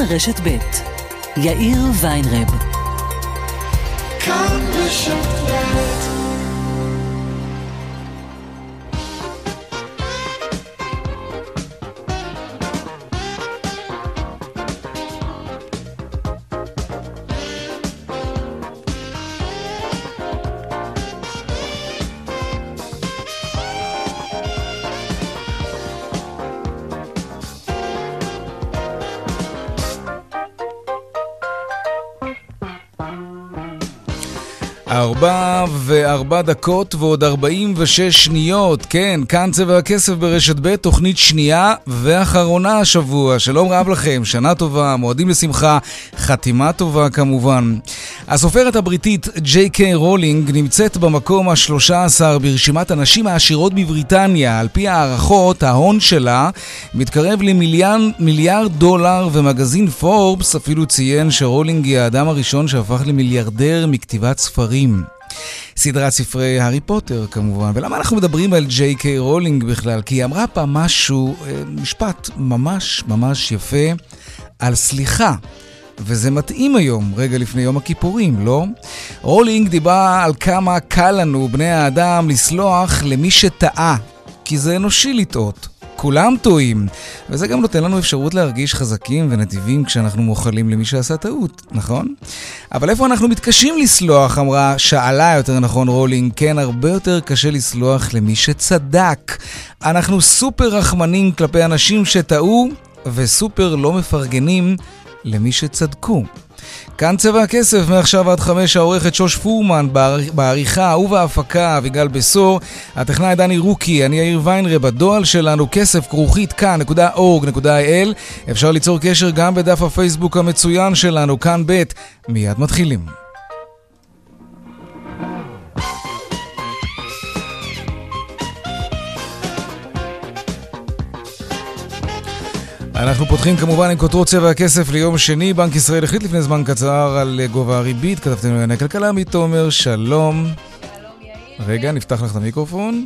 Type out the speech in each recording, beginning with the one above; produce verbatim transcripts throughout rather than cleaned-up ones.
רשת ב' יאיר ויינרב. כאן רשת ב'. ארבע וארבע דקות ועוד ארבעים ושש שניות. כן, כאן צבע הכסף ברשת ב', תוכנית שנייה ואחרונה השבוע. שלום רב לכם, שנה טובה, מועדים לשמחה, חתימה טובה כמובן. הסופרת הבריטית ג'יי קיי רולינג נמצאת במקום ה-שלוש עשרה ברשימת הנשים העשירות בבריטניה. על פי הערכות, ההון שלה מתקרב למיליארד מיליארד דולר, ומגזין פורבס אפילו ציין שרולינג היא האדם הראשון שהפך למיליארדר מכתיבת ספרים. סדרת ספרי הארי פוטר כמובן. ולמה אנחנו מדברים על ג'יי קיי רולינג בכלל? כי היא אמרה פעם משהו, משפט ממש ממש יפה על סליחה. וזה מתאים היום, רגע לפני יום הכיפורים, לא? רולינג דיברה על כמה קל לנו, בני האדם, לסלוח למי שטעה, כי זה אנושי לטעות. כולם טועים, וזה גם נותן לנו אפשרות להרגיש חזקים ונתיבים כשאנחנו מוכלים למי שעשה טעות, נכון? אבל איפה אנחנו מתקשים לסלוח, אמרה, שאלה יותר נכון רולינג, כן, הרבה יותר קשה לסלוח למי שצדק. אנחנו סופר רחמנים כלפי אנשים שטעו, וסופר לא מפרגנים למי שצדקו. כאן צבע הכסף, מעכשיו עד חמש, העורכת שוש פורמן, בעריכה ובהפקה אביגל בסור, הטכנאי דני רוקי, אני יאיר ויינרב. בדואל שלנו כסף כרוכית כאן נקודה אורג נקודה איי אל. אפשר ליצור קשר גם בדף הפייסבוק המצוין שלנו, כאן ב'. מיד מתחילים. אנחנו פותחים כמובן עם כותרות צבע הכסף ליום שני. בנק ישראל החליט לפני זמן קצר על גובה הריבית. כתבתנו לענייני כלכלה עמית תומר, שלום. שלום יאיר. רגע, נפתח לך את המיקרופון.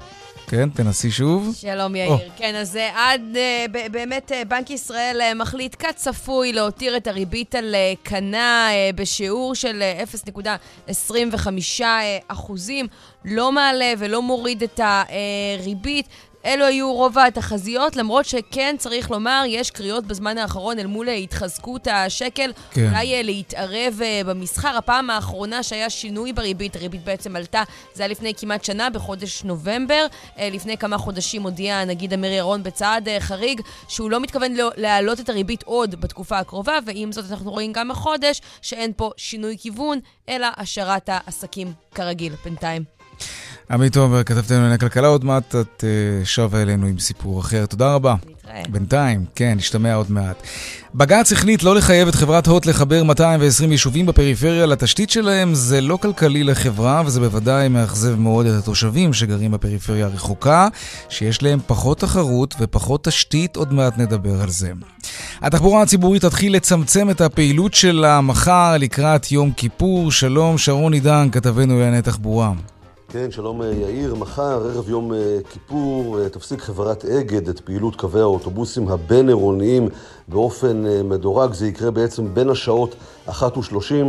כן, תנסי שוב. שלום יאיר. Oh. כן, אז עד uh, באמת uh, בנק ישראל uh, מחליט כצפוי להותיר את הריבית על uh, קנה uh, בשיעור של uh, אפס נקודה עשרים וחמישה אחוזים. לא מעלה ולא מוריד את הריבית. אלו היו רוב התחזיות, למרות שכן צריך לומר, יש קריאות בזמן האחרון אל מול התחזקות השקל, כן. אולי להתערב במסחר. הפעם האחרונה שהיה שינוי בריבית, הריבית בעצם עלתה, זה היה לפני כמעט שנה, בחודש נובמבר. לפני כמה חודשים הודיע נגיד אמיר ירון בצעד חריג, שהוא לא מתכוון להעלות את הריבית עוד בתקופה הקרובה, ועם זאת אנחנו רואים גם החודש שאין פה שינוי כיוון, אלא השארת העסקים כרגיל בינתיים. עמית תומר, כתבתנו לענייני כלכלה, עוד מעט את uh, שווה אלינו עם סיפור אחר. תודה רבה. נתראה. בינתיים, כן, נשתמע עוד מעט. בג"ץ החליט לא לחייב את חברת הוט לחבר מאתיים ועשרים יישובים בפריפריה לתשתית שלהם. זה לא כלכלי לחברה, וזה בוודאי מאכזב מאוד את התושבים שגרים בפריפריה הרחוקה, שיש להם פחות תחרות ופחות תשתית. עוד מעט נדבר על זה. התחבורה הציבורית תתחיל לצמצם את הפעילות שלה מחר לקראת יום כיפור. שלום, שרון עידן, כתבנו לענייני תחבורה. כן, שלום יאיר. מחר, ערב יום כיפור, תפסיק חברת אגד את פעילות קווי האוטובוסים הבין-עירוניים באופן מדורג. זה יקרה בעצם בין השעות אחת ושלושים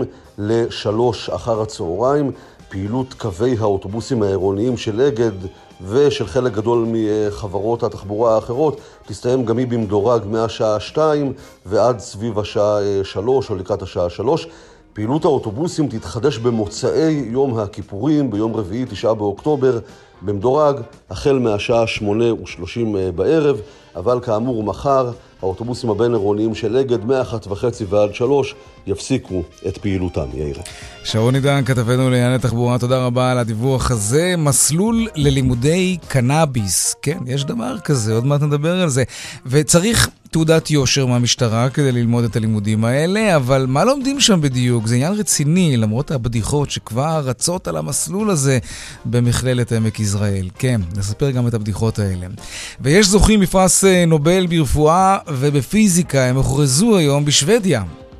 לשלוש אחר הצהריים. פעילות קווי האוטובוסים העירוניים של אגד ושל חלק גדול מחברות התחבורה האחרות תסתיים גם היא במדורג מהשעה שתיים ועד סביב השעה שלוש או לקראת השעה שלוש. פעילות האוטובוסים תתחדש במוצאי יום הכיפורים, ביום רביעי, תשעה באוקטובר, במדורג, החל מהשעה שמונה ושלושים בערב, אבל כאמור מחר, האוטובוסים הבין-עירוניים של אגד, מאחת וחצי ועד שלוש, יפסיקו את פעילותם, יאיר. שרון עידן, כתבנו לענייני תחבורה, תודה רבה על הדיווח הזה. מסלול ללימודי קנאביס, כן, יש דבר כזה, עוד מעט נדבר על זה. וצריך תעודת יושר מהמשטרה כדי ללמוד את הלימודים האלה, אבל מה לומדים שם בדיוק? זה עניין רציני, למרות הבדיחות שכבר רצות על המסלול הזה במכללת עמק יזרעאל. כן, נספר גם את הבדיחות האלה. ויש זוכים בפרס נובל ברפואה ובפיזיקה, הם הוכרזו היום בשוודיה.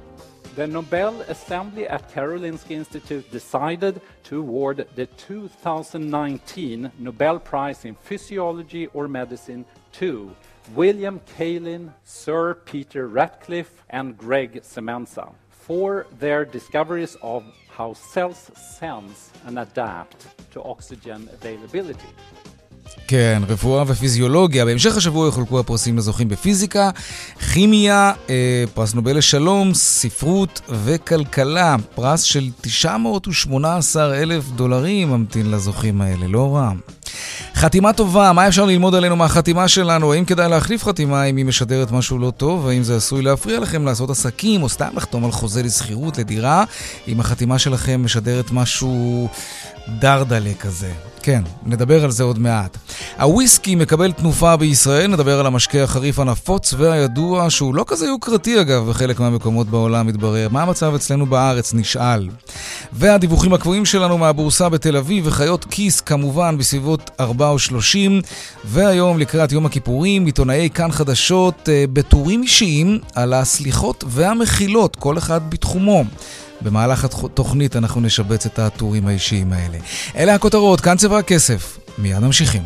The Nobel Assembly at Karolinska Institute decided to award the twenty nineteen Nobel Prize in Physiology or Medicine to William Kaelin, Sir Peter Ratcliffe, and Greg Semenza for their discoveries of how cells sense and adapt to oxygen availability. כן, רפואה ופיזיולוגיה. בהמשך השבוע יחולקו הפרסים לזוכים בפיזיקה, כימיה, אה, פרס נובל לשלום, ספרות וכלכלה. פרס של תשע מאות ושמונה עשר אלף דולרים ממתין לזוכים האלה, לא רע. חתימה טובה, מה אפשר ללמוד עלינו מהחתימה שלנו? האם כדאי להחליף חתימה אם היא משדרת משהו לא טוב? האם זה עשוי להפריע לכם לעשות עסקים או סתם לחתום על חוזה לסחירות, לדירה? אם החתימה שלכם משדרת משהו דרדלה כזה. כן, נדבר על זה עוד מעט. הוויסקי מקבל תנופה בישראל, נדבר על המשקה החריף הנפוץ והידוע, שהוא לא כזה יוקרתי אגב בחלק מהמקומות בעולם מתברר. מה המצב אצלנו בארץ נשאל. והדיווחים הקבועים שלנו מהבורסה בתל אביב וחיות כיס כמובן בסביבות ארבע ושלושים, והיום לקראת יום הכיפורים עיתונאי כאן חדשות בטורים אישיים על הסליחות והמחילות, כל אחד בתחומו. במהלך התוכנית אנחנו נשבץ את הטורים האישיים האלה. אלה הכותרות, כאן צבע הכסף. מיד ממשיכים.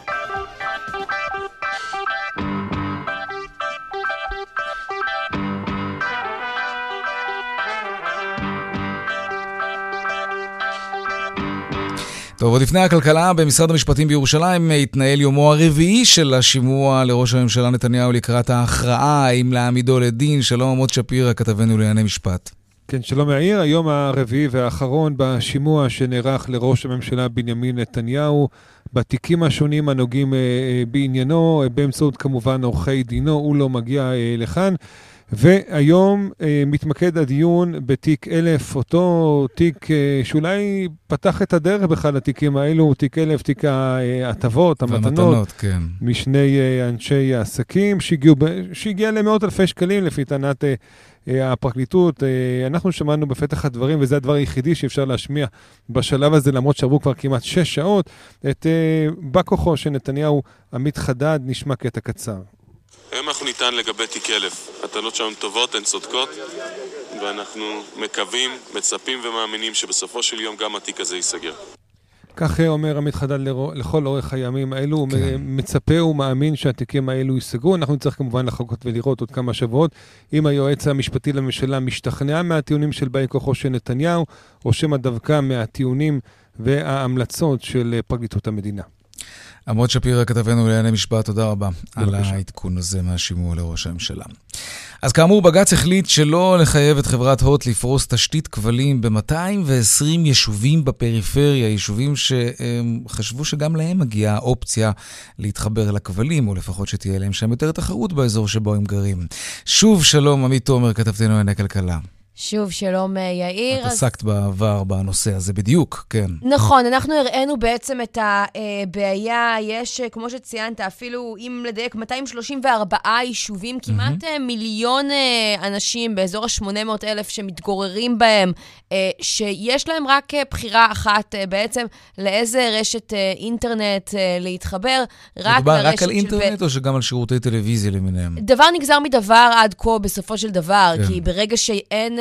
טוב, עוד לפני הכלכלה, במשרד המשפטים בירושלים התנהל יומו הרביעי של השימוע לראש הממשלה נתניהו לקראת ההכרעה האם להעמידו לדין. שלום עמוד שפירא, כתבנו לענייני משפט. כן, שלום יאיר. היום הרביעי והאחרון בשימוע שנערך לראש הממשלה בנימין נתניהו בתיקים השונים הנוגעים בעניינו, באמצעות כמובן עורכי דינו, הוא לא מגיע לכאן. והיום מתמקד הדיון בתיק אלף, אותו תיק שאולי פתח את הדרך בכלל לתיקים האלו, תיק אלף, תיק ההטבות, המתנות, כן. משני אנשי העסקים שהגיעו, שהגיע למאות אלפי שקלים לפי טענת הפרקליטות. אנחנו שמענו בפתח הדברים, וזה הדבר היחידי שאפשר להשמיע בשלב הזה, למרות שעברו כבר כמעט שש שעות, את בא כוחו של נתניהו, עמית חדד. נשמע קטע קצר. היום אנחנו ניתן לגבי תיק אלף. הטענות שלנו טובות, הן צודקות, ואנחנו מקווים, מצפים ומאמינים שבסופו של יום גם התיק הזה ייסגר. כך אומר עמית חדד לכל אורך הימים האלו, הוא כן. מצפה ומאמין שהתיקים האלו ייסגרו. אנחנו צריך כמובן לחכות ולראות עוד כמה שבועות אם היועץ המשפטי לממשלה משתכנע מהטיעונים של באי כוחו של נתניהו, או שמא דווקא מהטיעונים וההמלצות של פרקליטות המדינה. עמוד שפירא, כתבנו לענייני משפט, תודה רבה על העדכון הזה מהשימוע לראש הממשלה. אז כאמור, בג"ץ החליט שלא לחייב את חברת הוט לפרוס תשתית כבלים ב-מאתיים ועשרים יישובים בפריפריה, יישובים שחשבו שגם להם מגיעה אופציה להתחבר לכבלים, או לפחות שתהיה להם שם יותר תחרות באזור שבו הם גרים. שוב שלום, עמית תומר, כתבתנו לענייני כלכלה. שוב, שלום יאיר. את עסקת בעבר בנושא הזה בדיוק, כן. נכון, אנחנו הראינו בעצם את הבעיה, יש, כמו שציינת, אפילו אם לדייק מאתיים שלושים וארבעה יישובים, כמעט מיליון אנשים באזור ה-שמונה מאות אלף שמתגוררים בהם, שיש להם רק בחירה אחת בעצם לאיזה רשת אינטרנט להתחבר, רק מדובר רק על אינטרנט או שגם על שירותי טלוויזיה למיניהם? דבר נגזר מדבר עד כה בסופו של דבר, כי ברגע שאין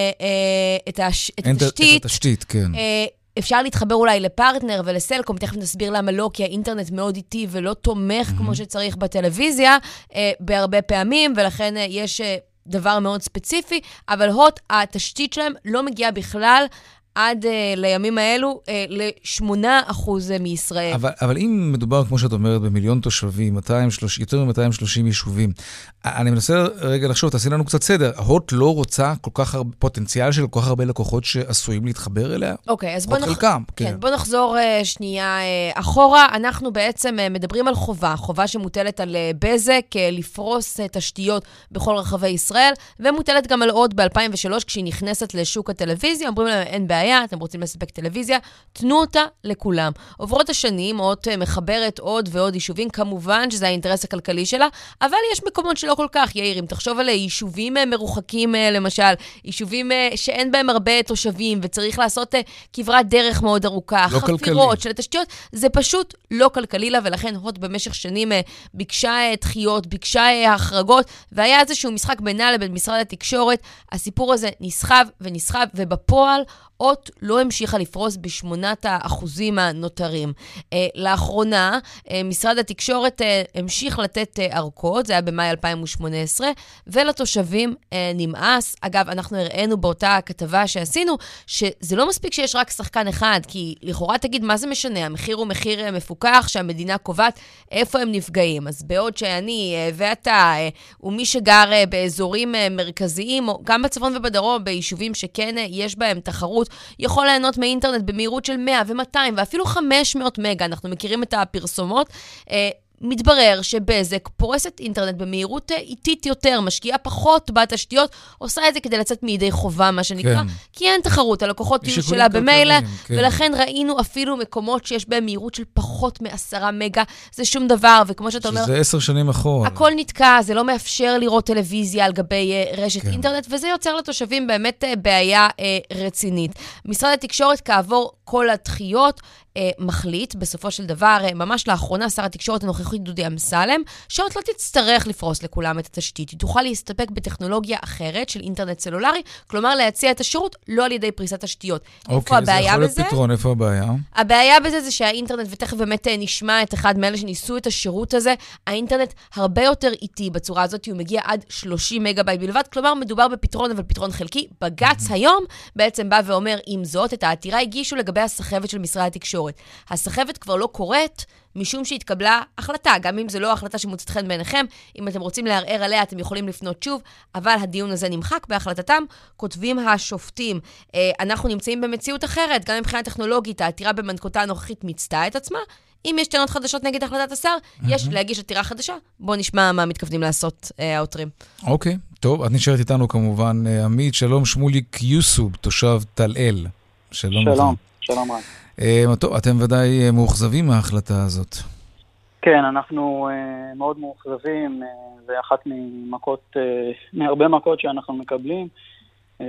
את התשתית, את התשתית, כן. אפשר להתחבר אולי לפרטנר ולסלקום, תכף נסביר למה לא, כי האינטרנט מאוד איטי ולא תומך כמו שצריך בטלוויזיה, בהרבה פעמים, ולכן יש דבר מאוד ספציפי, אבל הוט, התשתית שלהם לא מגיעה בכלל עד uh, לימים האלו, uh, ל-שמונה אחוז מישראל. אבל, אבל אם מדובר, כמו שאת אומרת, במיליון תושבים, מאתיים ושלושים, יותר מ-מאתיים ושלושים יישובים, אני מנסה רגע לחשוב, תעשי לנו קצת סדר. הוט לא רוצה כל כך הרבה, פוטנציאל של כל כך הרבה לקוחות שעשויים להתחבר אליה? אוקיי, אז בוא, נח... חלקם, כן. כן, בוא נחזור uh, שנייה uh, אחורה. אנחנו בעצם uh, מדברים על חובה, חובה שמוטלת על uh, בזק, uh, לפרוס uh, תשתיות בכל רחבי ישראל, ומוטלת גם על עוד ב-אלפיים ושלוש, כשהיא נכנסת לשוק הטלוויזיה, אומרים להם, אין בעיה, אתם רוצים לספק טלוויזיה, תנו אותה לכולם. עוברות השנים, עוד מחברת עוד ועוד יישובים, כמובן שזה האינטרס הכלכלי שלה, אבל יש מקומות שלא כל כך, יאיר, אם תחשוב על יישובים מרוחקים, למשל, יישובים שאין בהם הרבה תושבים, וצריך לעשות כברת דרך מאוד ארוכה, לא חפירות של התשתיות, זה פשוט לא כלכלי לה, ולכן הוט במשך שנים ביקשה דחיות, ביקשה החרגות, והיה איזשהו משחק בינה לבין משרד התקשורת, הסיפור הזה נסחב ונסחב, ובפועל, הוט לא המשיכה לפרוס בשמונת האחוזים הנותרים. לאחרונה, משרד התקשורת המשיך לתת ארכות, זה היה במאי אלפיים ושמונה עשרה, ולתושבים נמאס. אגב, אנחנו הראינו באותה כתבה שעשינו, שזה לא מספיק שיש רק שחקן אחד, כי לכאורה תגיד, מה זה משנה? המחיר הוא מחיר מפוקח, שהמדינה קובעת איפה הם נפגעים. אז בעוד שאני ואתה, ומי שגר באזורים מרכזיים, גם בצפון ובדרום, ביישובים שכן יש בהם תחרות, יכול ליהנות מאינטרנט במהירות של מאה ומאתיים, ואפילו חמש מאות מגה, אנחנו מכירים את הפרסומות, מתברר שבזק פורסת אינטרנט במהירות איטית יותר, משקיעה פחות בתשתיות, עושה את זה כדי לצאת מידי חובה, מה שנקרא, כן. כי אין תחרות, הלקוחות יהיו שלה במילא, כן. ולכן ראינו אפילו מקומות שיש בהם מהירות של פחות מעשרה מגה, זה שום דבר, וכמו שאתה אומר... שזה עשר שנים אחורה. הכל נתקע, זה לא מאפשר לראות טלוויזיה על גבי רשת כן. אינטרנט, וזה יוצר לתושבים באמת בעיה רצינית. משרד התקשורת כעבור כל הדחיות, מחליט, בסופו של דבר, ממש לאחרונה, שר התקשורת הנוכחי דודי אמסלם, שהוט לא תצטרך לפרוס לכולם את התשתית. היא תוכל להסתפק בטכנולוגיה אחרת של אינטרנט סלולרי, כלומר להציע את השירות לא על ידי פריסת תשתיות. אוקיי, זה יכול להיות פתרון, איפה הבעיה? הבעיה בזה זה שהאינטרנט, ותכף באמת נשמע את אחד מאלה שניסו את השירות הזה, האינטרנט הרבה יותר איטי בצורה הזאת, הוא מגיע עד שלושים מגה בייט בלבד, כלומר מדובר בפתרון, אבל פתרון חלקי. בג"ץ היום בעצם בא ואומר, עם זאת, את העתירה הגישו לגבי הסחבת של משרד התקשורת. הסחבת כבר לא קורית, משום שהתקבלה החלטה, גם אם זה לא החלטה שמוצאת חן בעיניכם, אם אתם רוצים לערער עליה, אתם יכולים לפנות שוב, אבל הדיון הזה נמחק בהחלטתם, כותבים השופטים. אנחנו נמצאים במציאות אחרת, גם מבחינה טכנולוגית, העתירה במתכונתה הנוכחית מיצתה את עצמה, אם יש טענות חדשות נגד החלטת השר, יש להגיש עתירה חדשה. בואו נשמע מה מתכוונים לעשות העותרים. אוקיי, טוב, את נשארת איתנו כמובן, עמית, שלום, שמוליק יוסוב, תושב תל-אל. שלום. שלום, שלום רב. טוב, אתם ודאי מאוכזבים מההחלטה הזאת. כן, אנחנו uh, מאוד מאוכזבים, uh, זה אחת ממכות, uh, מהרבה מכות שאנחנו מקבלים. Uh,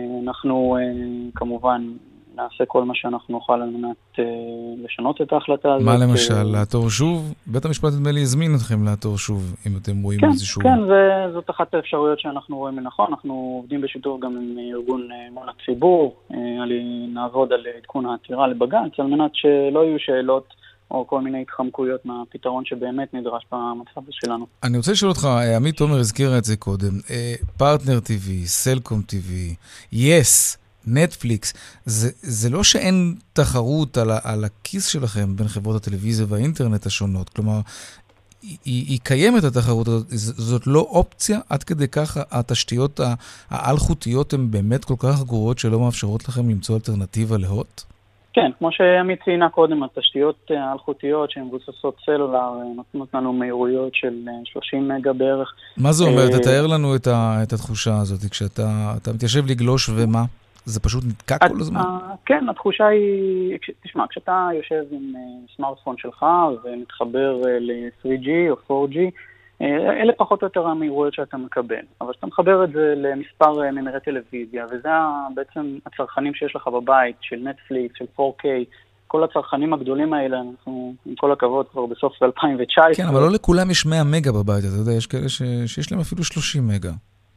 אנחנו uh, כמובן נעשה כל מה שאנחנו נוכל על מנת uh, לשנות את ההחלטה הזאת. מה למשל, לעתור שוב? בית המשפט נדמה לי הזמין אתכם לעתור שוב, אם אתם רואים כן, איזשהו... כן, זה, זאת אחת האפשרויות שאנחנו רואים לנכון. אנחנו עובדים בשיתוף גם עם ארגון מול הציבור, uh, נעבוד על עדכון העתירה לבג"ץ, על מנת שלא יהיו שאלות או כל מיני התחמקויות מהפתרון שבאמת נדרש במצב שלנו. אני רוצה לשאול אותך, עמית תומר הזכירה את זה קודם, פרטנר טיווי, סלקום טיווי, יס, נטפליקס, זה, זה לא שאין תחרות על, על הכיס שלכם בין חברות הטלוויזיה והאינטרנט השונות, כלומר, היא, היא קיימת התחרות הזאת, זאת לא אופציה, עד כדי כך התשתיות האל-חוטיות הן באמת כל כך גרועות שלא מאפשרות לכם למצוא אלטרנטיבה להוט? כן, כמו שעמית ציינה קודם, התשתיות האלחוטיות שהן מבוססות סלולר נותנות לנו מהירויות של שלושים מגה בערך. מה זה אומר? תתאר לנו את, ה, את התחושה הזאת, כשאתה אתה מתיישב לגלוש ומה? זה פשוט נתקע כל הזמן? כן, התחושה היא, תשמע, כשאתה יושב עם סמארטפון שלך ומתחבר ל-תרי ג'י או פור ג'י, אלה פחות או יותר המהירויות שאתה מקבל. אבל כשאתה מחבר את זה למספר ממירי טלוויזיה, וזה בעצם הצרכנים שיש לך בבית, של נטפליקס, של פור קיי, כל הצרכנים הגדולים האלה, אנחנו עם כל הכבוד כבר בסוף אלפיים תשע עשרה. כן, אבל לא לכולם יש מאה מגה בבית, אתה יודע, יש כאלה ש... שיש להם אפילו שלושים מגה.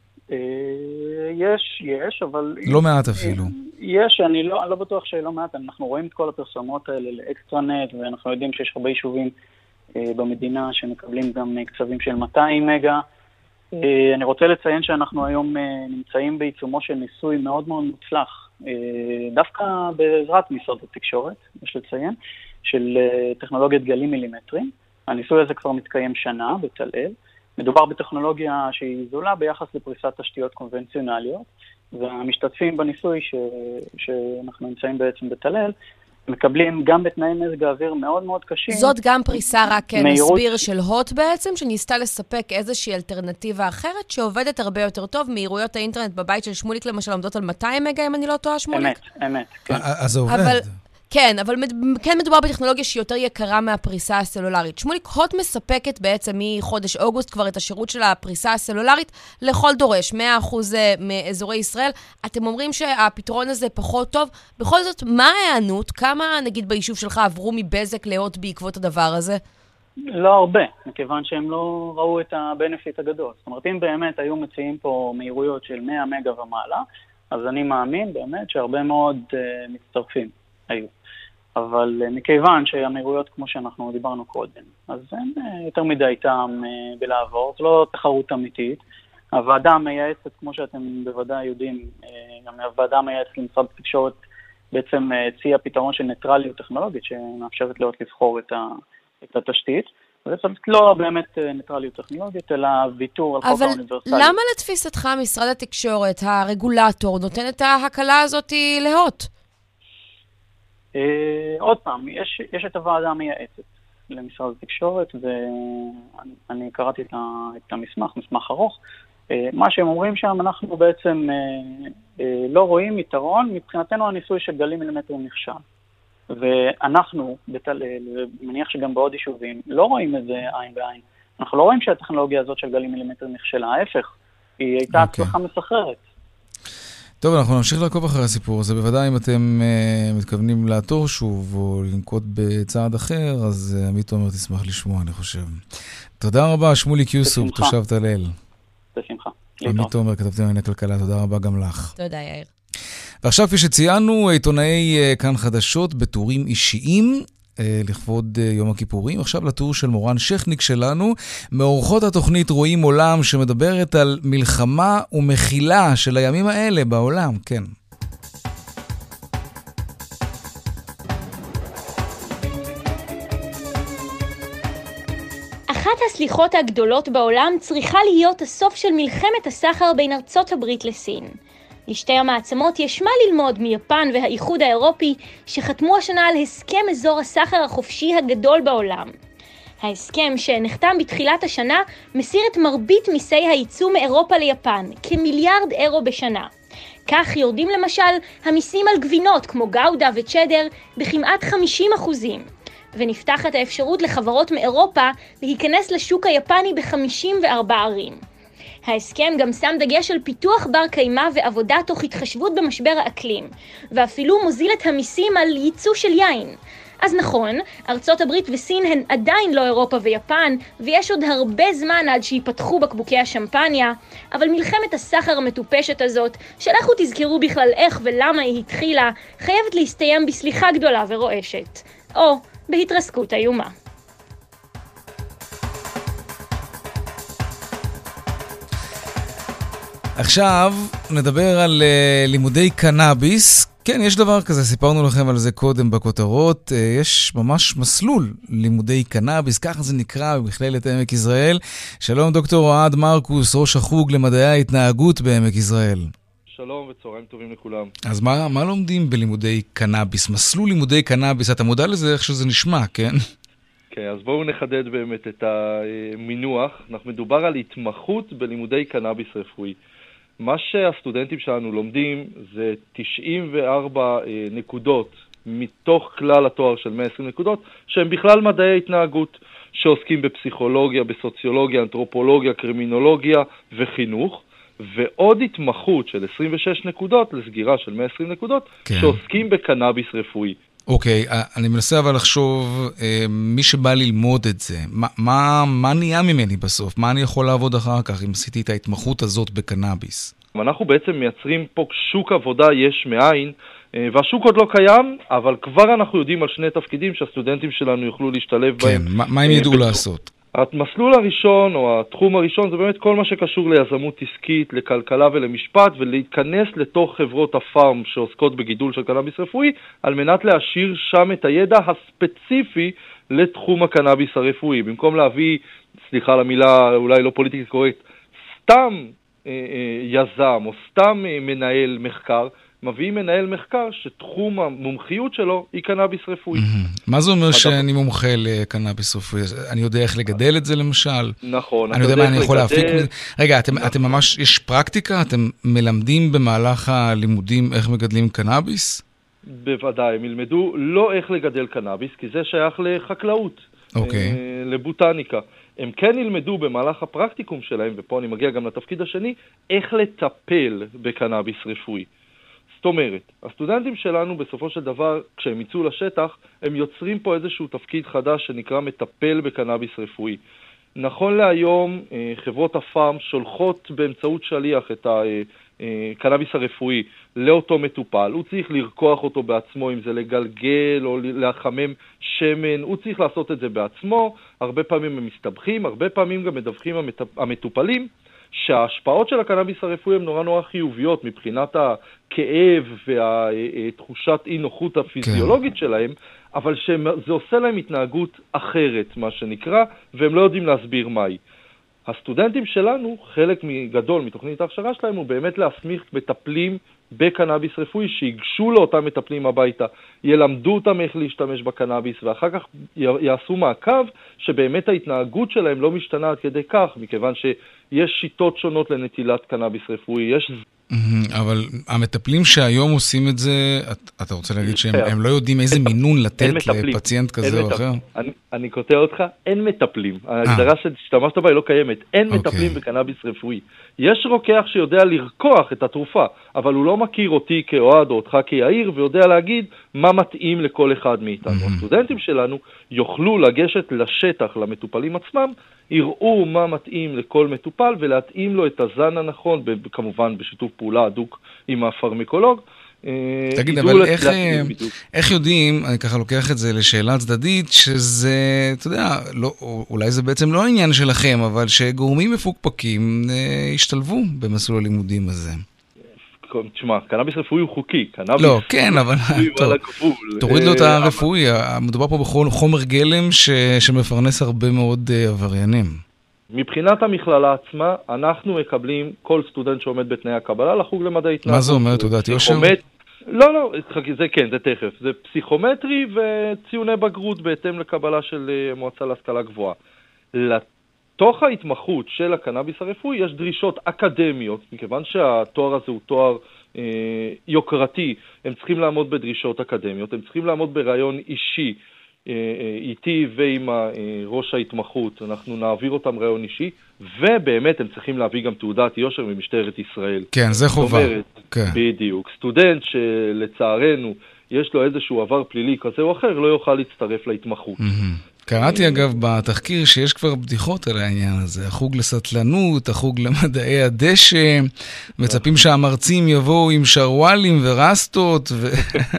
יש, יש, אבל... לא מעט אפילו. יש, אני לא, אני לא בטוח שלא מעט, אנחנו רואים את כל הפרסומות האלה לאקסטרנט, ואנחנו יודעים שיש הרבה יישובים במדינה שמקבלים גם קצבים של מאתיים מגה. אני רוצה לציין שאנחנו היום נמצאים בעיצומו של ניסוי מאוד מאוד מוצלח, דווקא בעזרת משרד התקשורת, יש לציין, של טכנולוגיית גלים מילימטריים. הניסוי הזה כבר מתקיים שנה בתל-אל. מדובר בטכנולוגיה שהיא זולה ביחס לפריסת תשתיות קונבנציונליות, והמשתתפים בניסוי ש... שאנחנו נמצאים בעצם בתל-אל, מקבלים גם בתנאי מזג האוויר מאוד מאוד קשים. זאת גם פריסה, רק נסביר, של הוט בעצם, שניסתה לספק איזושהי אלטרנטיבה אחרת, שעובדת הרבה יותר טוב. מהירויות האינטרנט בבית של שמוליק למשל עומדות על מאתיים מגה, אם אני לא טועה, שמוליק? אמת, אמת, כן. אז זה עובד. אבל... כן, אבל כן מדובר בטכנולוגיה שהיא יותר יקרה מהפריסה הסלולרית. שמוליק, הוט מספקת בעצם מחודש אוגוסט כבר את השירות של הפריסה הסלולרית לכל דורש, מאה אחוז מאזורי ישראל. אתם אומרים שהפתרון הזה פחות טוב. בכל זאת, מה הענות? כמה, נגיד, ביישוב שלך עברו מבזק להוט בעקבות הדבר הזה? לא הרבה, מכיוון שהם לא ראו את הבנפיט הגדול. זאת אומרת, אם באמת היו מציעים פה מהירויות של מאה מגה ומעלה, אז אני מאמין באמת שהרבה מאוד uh, מצטרפים היו. אבל uh, מכיוון שהאמירויות, כמו שאנחנו דיברנו קודם, אז אין uh, יותר מדי טעם uh, בלעבור, זו לא תחרות אמיתית. הוועדה המייעצת, כמו שאתם בוודאי יודעים, uh, גם הוועדה המייעצת למשרד התקשורת בעצם הציעה uh, פתרון של ניטרליות טכנולוגית, שמאפשרת להיות לבחור את, ה, את התשתית. זה לא באמת ניטרליות טכנולוגית, אלא ויתור על חוק האוניברסלי. אבל למה לתפיסתך משרד התקשורת, הרגולטור, נותן את ההקלה הזאת להוט? אה, עוד פעם, יש, יש את הוועדה המייעצת למשרד התקשורת, ואני קראתי את, ה, את המסמך, מסמך ארוך. אה, מה שהם אומרים שם, אנחנו בעצם אה, אה, לא רואים יתרון, מבחינתנו הניסוי של גלים מילימטריים נכשל. ואנחנו, בתל, ומניח שגם בעוד יישובים, לא רואים את זה עין בעין. אנחנו לא רואים שהטכנולוגיה הזאת של גלים מילימטר נכשלה, ההפך, היא הייתה הצלחה מסחררת. טוב, אנחנו נמשיך לעקוב אחרי הסיפור הזה. בוודאי אם אתם uh, מתכוונים לעתור שוב או לנקוט בצעד אחר, אז uh, עמית תומר תשמח לשמוע, אני חושב. תודה רבה, שמוליק יוסוף, תושב תלל. בשמחה. עמית תומר, כתבתי מענייני כלכלה, תודה רבה גם לך. תודה, יאיר. ועכשיו, כפי שציינו, עיתונאי כאן חדשות בטורים אישיים לכבוד יום הכיפורים. עכשיו לטור של מורן שכניק שלנו, מאורחות התוכנית רואים עולם שמדברת על מלחמה ומחילה של הימים האלה בעולם, כן. אחת הסליחות הגדולות בעולם צריכה להיות הסוף של מלחמת הסחר בין ארצות הברית לסין. לשתי המעצמות יש מה ללמוד מיפן והאיחוד האירופי שחתמו השנה על הסכם אזור הסחר החופשי הגדול בעולם. ההסכם שנחתם בתחילת השנה מסיר את מרבית מיסי הייצוא מאירופה ליפן, כמיליארד אירו בשנה. כך יורדים למשל המיסים על גבינות כמו גאודה וצ'דר בכמעט חמישים אחוזים. ונפתחת האפשרות לחברות מאירופה להיכנס לשוק היפני ב-חמישים וארבע ערים. ההסכם גם שם דגש על פיתוח בר קיימא ועבודה תוך התחשבות במשבר האקלים, ואפילו מוזיל את המיסים על ייצוא של יין. אז נכון, ארצות הברית וסין הן עדיין לא אירופה ויפן, ויש עוד הרבה זמן עד שיפתחו בקבוקי השמפניה, אבל מלחמת הסחר המטופשת הזאת, שלכו תזכרו בכלל איך ולמה היא התחילה, חייבת להסתיים בסליחה גדולה ורועשת, או בהתרסקות איומה. עכשיו נדבר על uh, לימודי קנאביס. כן, יש דבר כזה, סיפרנו לכם על זה קודם בכותרות. Uh, יש ממש מסלול לימודי קנאביס, ככה זה נקרא במכללת עמק יזרעאל. שלום דוקטור אוהד מרקוס, ראש החוג למדעי ההתנהגות בעמק יזרעאל. שלום וצהריים טובים לכולם. אז מה, מה לומדים בלימודי קנאביס? מסלול לימודי קנאביס, אתה מודע לזה איך שזה נשמע, כן? כן, אז בואו נחדד באמת את המינוח. אנחנו מדובר על התמחות בלימודי קנאביס רפואי. מה שהסטודנטים שלנו לומדים זה תשעים וארבע נקודות מתוך כלל התואר של מאה ועשרים נקודות, שהם בכלל מדעי התנהגות, שעוסקים בפסיכולוגיה, בסוציולוגיה, אנתרופולוגיה, קרימינולוגיה וחינוך, ועוד התמחות של עשרים ושש נקודות לסגירה של מאה ועשרים נקודות, כן. שעוסקים בקנאביס רפואי. אוקיי, אני מנסה אבל לחשוב, מי שבא ללמוד את זה, מה, מה, מה נהיה ממני בסוף? מה אני יכול לעבוד אחר כך אם עשיתי את ההתמחות הזאת בקנאביס? אנחנו בעצם מייצרים פה שוק עבודה יש מאין, והשוק עוד לא קיים, אבל כבר אנחנו יודעים על שני תפקידים שהסטודנטים שלנו יוכלו להשתלב כן, בהם. כן, מה, מה הם ידעו בתחום. לעשות? המסלול הראשון או התחום הראשון זה באמת כל מה שקשור ליזמות עסקית, לכלכלה ולמשפט, ולהתכנס לתוך חברות הפארם שעוסקות בגידול של קנאביס רפואי, על מנת להשאיר שם את הידע הספציפי לתחום הקנאביס הרפואי. במקום להביא, סליחה למילה אולי לא פוליטיקלי קורקט, סתם אה, אה, יזם או סתם אה, מנהל מחקר, מביאים מנהל מחקר שתחום המומחיות שלו היא קנאביס רפואי. מה זה אומר שאני מומחה לקנאביס רפואי? אני יודע איך לגדל את זה למשל? נכון. אני יודע מה אני יכול להפיק מזה? רגע, אתם ממש, יש פרקטיקה? אתם מלמדים במהלך הלימודים איך מגדלים קנאביס? בוודאי, הם ילמדו לא איך לגדל קנאביס, כי זה שייך לחקלאות, אוקיי. לבוטניקה. הם כן ילמדו במהלך הפרקטיקום שלהם, ופה אני מגיע גם לתפקיד השני, איך לטפל בקנאביס רפואי. זאת אומרת, הסטודנטים שלנו בסופו של דבר, כשהם יצאו לשטח, הם יוצרים פה איזשהו תפקיד חדש שנקרא מטפל בקנאביס רפואי. נכון להיום, חברות הפארם שולחות באמצעות שליח את הקנאביס הרפואי לאותו מטופל, הוא צריך לרקוח אותו בעצמו, אם זה לגלגל או לחמם שמן, הוא צריך לעשות את זה בעצמו, הרבה פעמים הם מסתבכים, הרבה פעמים גם מדווחים המטופלים, שההשפעות של הקנאביס הרפואי הן נורא נורא חיוביות מבחינת הכאב והתחושת אי נוחות הפיזיולוגית שלהם, אבל שזה עושה להם התנהגות אחרת, מה שנקרא, והם לא יודעים להסביר מהי. הסטודנטים שלנו, חלק גדול מתוכנית ההכשרה שלהם, הוא באמת להסמיך מטפלים בקנאביס רפואי, שיגשו לאותם מטפלים הביתה, ילמדו אותם איך להשתמש בקנאביס, ואחר כך יעשו מעקב שבאמת ההתנהגות שלהם לא משתנה עד כדי כך, מכיוון שיש שיטות שונות לנטילת קנאביס רפואי, יש... אבל המטפלים שהיום עושים את זה, אתה רוצה להגיד שהם לא יודעים איזה מינון לתת לפציינט כזה או אחר? אני קוטע אותך, אין מטפלים. ההגדרה שהשתמשת בה היא לא קיימת. אין מטפלים בקנאביס רפואי. יש רוקח שיודע לרקוח את התרופה, אבל הוא לא מכיר אותי כאוהד או אותך כיעיר, ויודע להגיד מה מתאים לכל אחד מאיתנו. הסטודנטים שלנו יוכלו לגשת לשטח, למטופלים עצמם, יראו מה מתאים לכל מטופל ולהתאים לו את הזן הנכון, כמובן בשיתוף פעולה הדוק עם הפרמיקולוג. תגיד, אבל איך, איך יודעים, אני ככה לוקח את זה לשאלה צדדית, שזה, אתה יודע, לא, אולי זה בעצם לא העניין שלכם, אבל שגורמים מפוקפקים השתלבו במסלול הלימודים הזה. תשמע, קנאביס רפואי הוא חוקי. קנאביס לא, כן, אבל טוב, תוריד לו את הרפואי. מדובר פה בכל חומר גלם ש, שמפרנס הרבה מאוד עבריינים. מבחינת המכללה עצמה, אנחנו מקבלים כל סטודנט שעומד בתנאי הקבלה לחוג למדעי התנהגות. מה זה אומר, תעודת יושר? לא, לא, זה כן, זה תכף. זה פסיכומטרי וציוני בגרות בהתאם לקבלה של מועצה להשכלה גבוהה. לתוך ההתמחות של הקנאביס הרפואי יש דרישות אקדמיות, מכיוון שהתואר הזה הוא תואר אה, יוקרתי, הם צריכים לעמוד בדרישות אקדמיות, הם צריכים לעמוד ברעיון אישי, איתי ועם ראש ההתמחות, אנחנו נעביר אותם רעיון אישי, ובאמת הם צריכים להביא גם תעודת יושר ממשטרת ישראל. כן, זה חובה. אומרת, כן. בדיוק. סטודנט שלצערנו יש לו איזשהו עבר פלילי כזה או אחר, לא יוכל להצטרף להתמחות. קראתי אגב בתחקיר שיש כבר בדיחות על העניין הזה, החוג לסטלנות, החוג למדעי הדשא, מצפים שהמרצים יבואו עם שרוואלים ורסטות ו...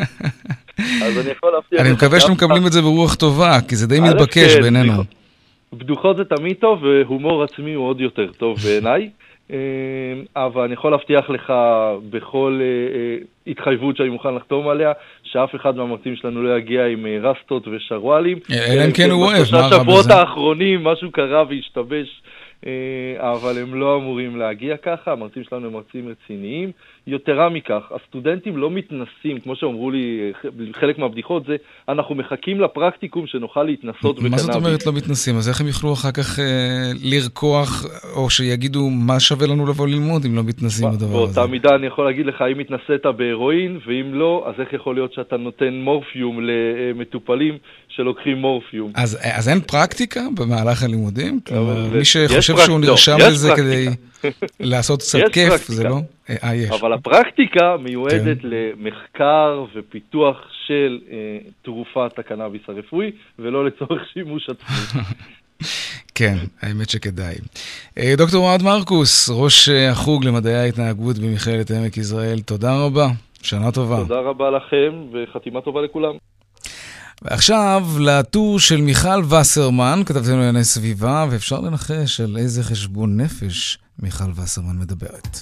אז אני יכול להפתיע... אני מקווה שאתם מקבלים את זה ברוח טובה, כי זה די מתבקש בינינו. בדיחות זה תמיד טוב, והומור עצמי הוא עוד יותר טוב בעיניי, אבל אני יכול להבטיח לך בכל התחייבות שאני מוכן לחתום עליה, שאף אחד מהמרצים שלנו לא יגיע עם רסטות ושרוואלים. אלא אם כן הוא אוהב, מה רע בזה? בשבועות האחרונים משהו קרה והשתבש, אבל הם לא אמורים להגיע ככה, המרצים שלנו הם מרצים רציניים. יתרה מכך, הסטודנטים לא מתנסים, כמו שאמרו לי, חלק מהבדיחות זה, אנחנו מחכים לפרקטיקום שנוכל להתנסות בקנאביס. מה זאת אומרת לא מתנסים? אז איך הם יוכלו אחר כך אה, לרקוח, או שיגידו מה שווה לנו לבוא ללמוד אם לא מתנסים בדבר הזה? באותה מידה אני יכול להגיד לך, אם התנסית בהרואין, ואם לא, אז איך יכול להיות שאתה נותן מורפיום למטופלים שלוקחים מורפיום? אז, אז אין פרקטיקה במהלך הלימודים? כלומר, מי שחושב שהוא נרשם לזה כדי לעשות קצת כיף, זה לא? אה, יש. אבל הפרקטיקה מיועדת כן. למחקר ופיתוח של אה, תרופת הקנאביס הרפואי, ולא לצורך שימוש עצמי. כן, האמת שכדאי. אה, דוקטור אוהד מרקוס, ראש החוג למדעי ההתנהגות במכללת עמק יזרעאל, תודה רבה, שנה טובה. תודה רבה לכם, וחתימה טובה לכולם. ועכשיו לטור של מיכל וסרמן, כתבתנו לענייני סביבה, ואפשר לנחש על איזה חשבון נפש מיכל וסרמן מדברת.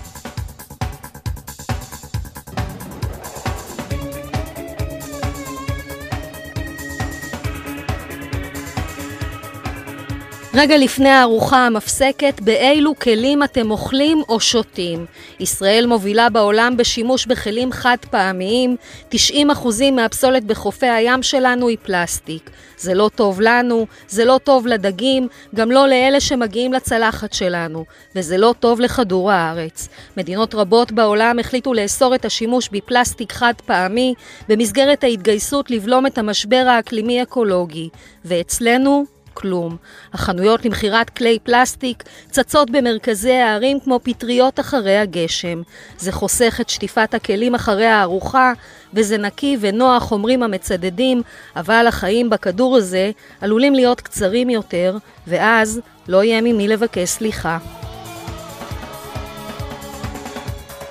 רגע לפני הארוחה המפסקת, באילו כלים אתם אוכלים או שותים? ישראל מובילה בעולם בשימוש בכלים חד פעמיים, תשעים אחוזים מהפסולת בחופי הים שלנו היא פלסטיק. זה לא טוב לנו, זה לא טוב לדגים, גם לא לאלה שמגיעים לצלחת שלנו, וזה לא טוב לכדור הארץ. מדינות רבות בעולם החליטו לאסור את השימוש בפלסטיק חד פעמי, במסגרת ההתגייסות לבלום את המשבר האקלימי אקולוגי, ואצלנו כלום. החנויות למכירת כלי פלסטיק צצות במרכזי הערים כמו פטריות אחרי הגשם. זה חוסך את שטיפת הכלים אחרי הארוחה, וזה נקי ונוח, אומרים המצדדים, אבל החיים בכדור הזה עלולים להיות קצרים יותר, ואז לא יהיה ממי לבקש סליחה.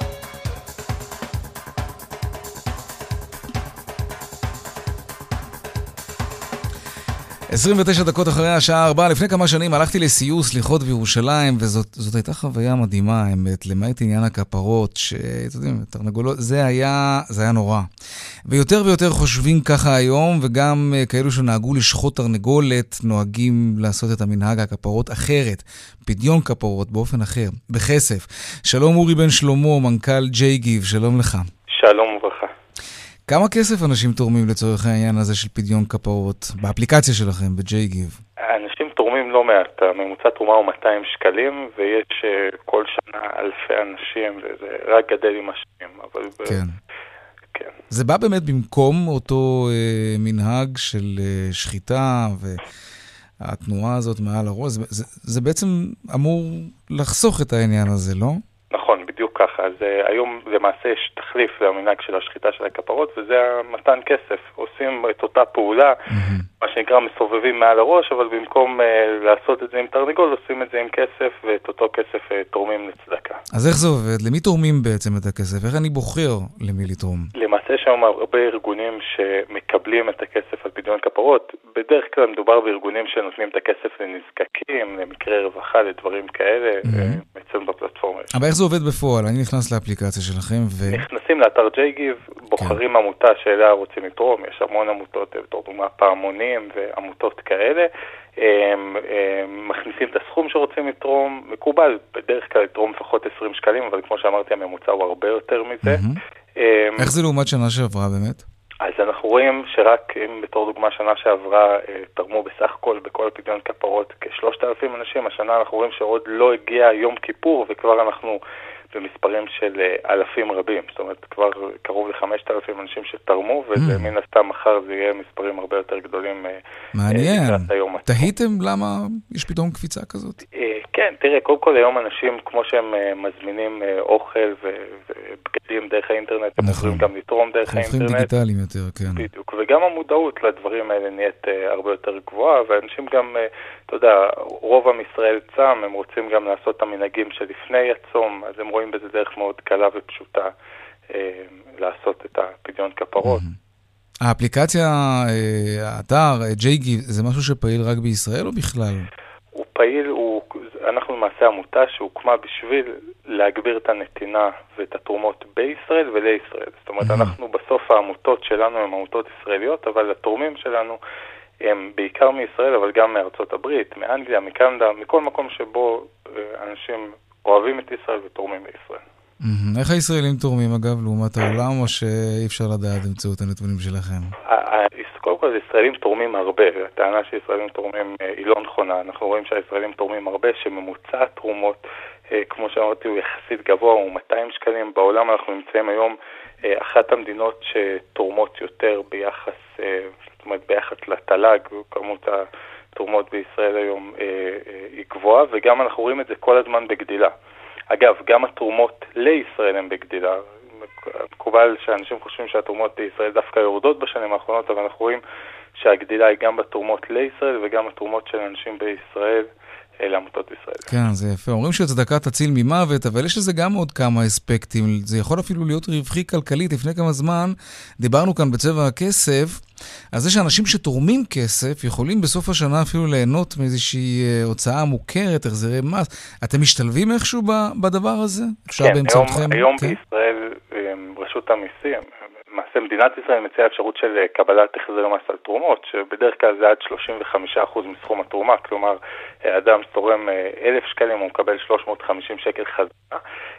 עשרים ותשע דקות אחרי השעה ארבע, לפני כמה שנים הלכתי לסיור סליחות בירושלים, וזאת הייתה חוויה מדהימה, האמת, למעט עניין הכפרות, שאתם יודעים, תרנגולות, זה היה, זה היה נורא. ויותר ויותר חושבים ככה היום, וגם כאלו שנהגו לשחוט תרנגולת, נוהגים לעשות את המנהג הכפרות אחרת, פדיון כפרות באופן אחר, בכסף. שלום אורי בן שלמה, מנכ"ל ג'יי גיב, שלום לך. שלום וברכה. כמה כסף אנשים תורמים לצורך העניין הזה של פדיון כפרות באפליקציה שלכם, בג'יי גיב? אנשים תורמים לא מעט, הממוצע תרומה הוא מאתיים שקלים, ויש כל שנה אלפי אנשים, וזה רק גדל עם השנים. אבל כן. ב... כן. זה בא באמת במקום אותו אה, מנהג של אה, שחיטה, והתנועה הזאת מעל הראש, זה, זה, זה בעצם אמור לחסוך את העניין הזה, לא? נכון, בדיוק ככה. אז uh, היום למעשה יש תחליף למנהג של השחיטה של הכפרות, וזה המתן כסף. עושים את אותה פעולה, mm-hmm. מה שנקרא מסובבים מעל הראש, אבל במקום uh, לעשות את זה עם תרנגול, עושים את זה עם כסף, ואת אותו כסף uh, תורמים לצדקה. אז איך זה עובד? למי תורמים בעצם את הכסף? איך אני בוחר למי לתרום? למעשה יש היום הרבה ארגונים שמקבלים את הכסף על פדיון כפרות. בדרך כלל מדובר בארגונים שנותנים את הכסף לנזקקים, למקרי רווחה, לדברים כאלה, mm-hmm. אצלנו בפלטפורמה. אבל איך זה עובד בפועל? אני נכנס לאפליקציה שלכם ו... נכנסים לאתר ג'יי גיב, בוחרים כן. עמותה שאליה רוצים לתרום, יש המון עמותות, בתור דוגמה פעמונים ועמותות כאלה, הם, הם מכניסים את הסכום שרוצים לתרום, מקובל בדרך כלל לתרום לפחות עשרים שקלים, אבל כמו שאמרתי הממוצע הוא הרבה יותר מזה. Mm-hmm. הם... איך זה לעומת שנה שעברה באמת? אז אנחנו רואים שרק אם בתור דוגמה שנה שעברה תרמו בסך הכל בכל פדיון כפרות כשלושת אלפים אנשים, השנה אנחנו רואים שעוד לא הגיע יום כיפור וכבר אנחנו במספרים של אלפים רבים, זאת אומרת כבר קרוב ל-חמשת אלפים אנשים שתרמו, וזה מן הסתם מחר זה יהיה מספרים הרבה יותר גדולים. מעניין, תהיתם למה יש פתאום קפיצה כזאת? כן, תראה, קודם כל היום אנשים כמו שהם מזמינים אוכל ובגדים דרך האינטרנט, הם יכולים גם לתרום דרך האינטרנט. הופכים דיגיטליים יותר, כן. בדיוק, וגם המודעות לדברים האלה נהיית הרבה יותר גבוהה, ואנשים גם, אתה יודע, רוב עם ישראל צם, הם רוצים גם לעשות את המנהגים שלפני הצום, אז הם רואים בזה דרך מאוד קלה ופשוטה אה, לעשות את הפדיון כפרות. Mm-hmm. האפליקציה, אה, האתר, ג'יי גיב, זה משהו שפעיל רק בישראל או בכלל? הוא פעיל, הוא, אנחנו למעשה עמותה שהוקמה בשביל להגביר את הנתינה ואת התרומות בישראל ולישראל. זאת אומרת, mm-hmm. אנחנו בסוף העמותות שלנו הן עמותות ישראליות, אבל התורמים שלנו הם בעיקר מישראל, אבל גם מארצות הברית, מאנגליה, מקנדה, מכל מקום שבו אה, אנשים אוהבים את ישראל ותורמים בישראל. איך הישראלים תורמים, אגב, לעומת העולם, או שאי אפשר לדעת באמצעות הנתונים שלכם? קודם כל, ישראלים תורמים הרבה. הטענה שישראלים תורמים היא לא נכונה. אנחנו רואים שהישראלים תורמים הרבה, שממוצע התרומות, כמו שאמרתי, הוא יחסית גבוה, הוא מאתיים שקלים. בעולם אנחנו נמצאים היום אחת המדינות שתורמות יותר ביחס, זאת אומרת, ביחס לתל"ג, כמות התרומות בישראל היום היא גבוהה, וגם אנחנו רואים את זה כל הזמן בגדילה. אגב, גם התרומות לישראל הן בגדילה. מקובל שאנשים חושבים שהתרומות לישראל דווקא יורדות בשנים האחרונות, אבל אנחנו רואים שהגדילה היא גם בתרומות לישראל וגם התרומות של אנשים בישראל לעמותות ישראל. כן, זה יפה. אומרים שהצדקה תציל ממוות, אבל יש לזה גם עוד כמה אספקטים. זה יכול אפילו להיות רווחי כלכלית. לפני כמה זמן דיברנו כאן בצבע הכסף, אז זה שאנשים שתורמים כסף יכולים בסוף השנה אפילו ליהנות מאיזושהי הוצאה מוכרת, החזרי מס. אתם משתלבים איכשהו בדבר הזה? אפשר כן, באמצעותכם? היום, היום כן? בישראל רשות המיסים, למעשה מדינת ישראל מציעה אפשרות של קבלת החזר מס על תרומות, שבדרך כלל זה עד שלושים וחמישה אחוז מסכום התרומה, כלומר, אדם תורם אלף שקלים, הוא מקבל שלוש מאות וחמישים שקל חזרה.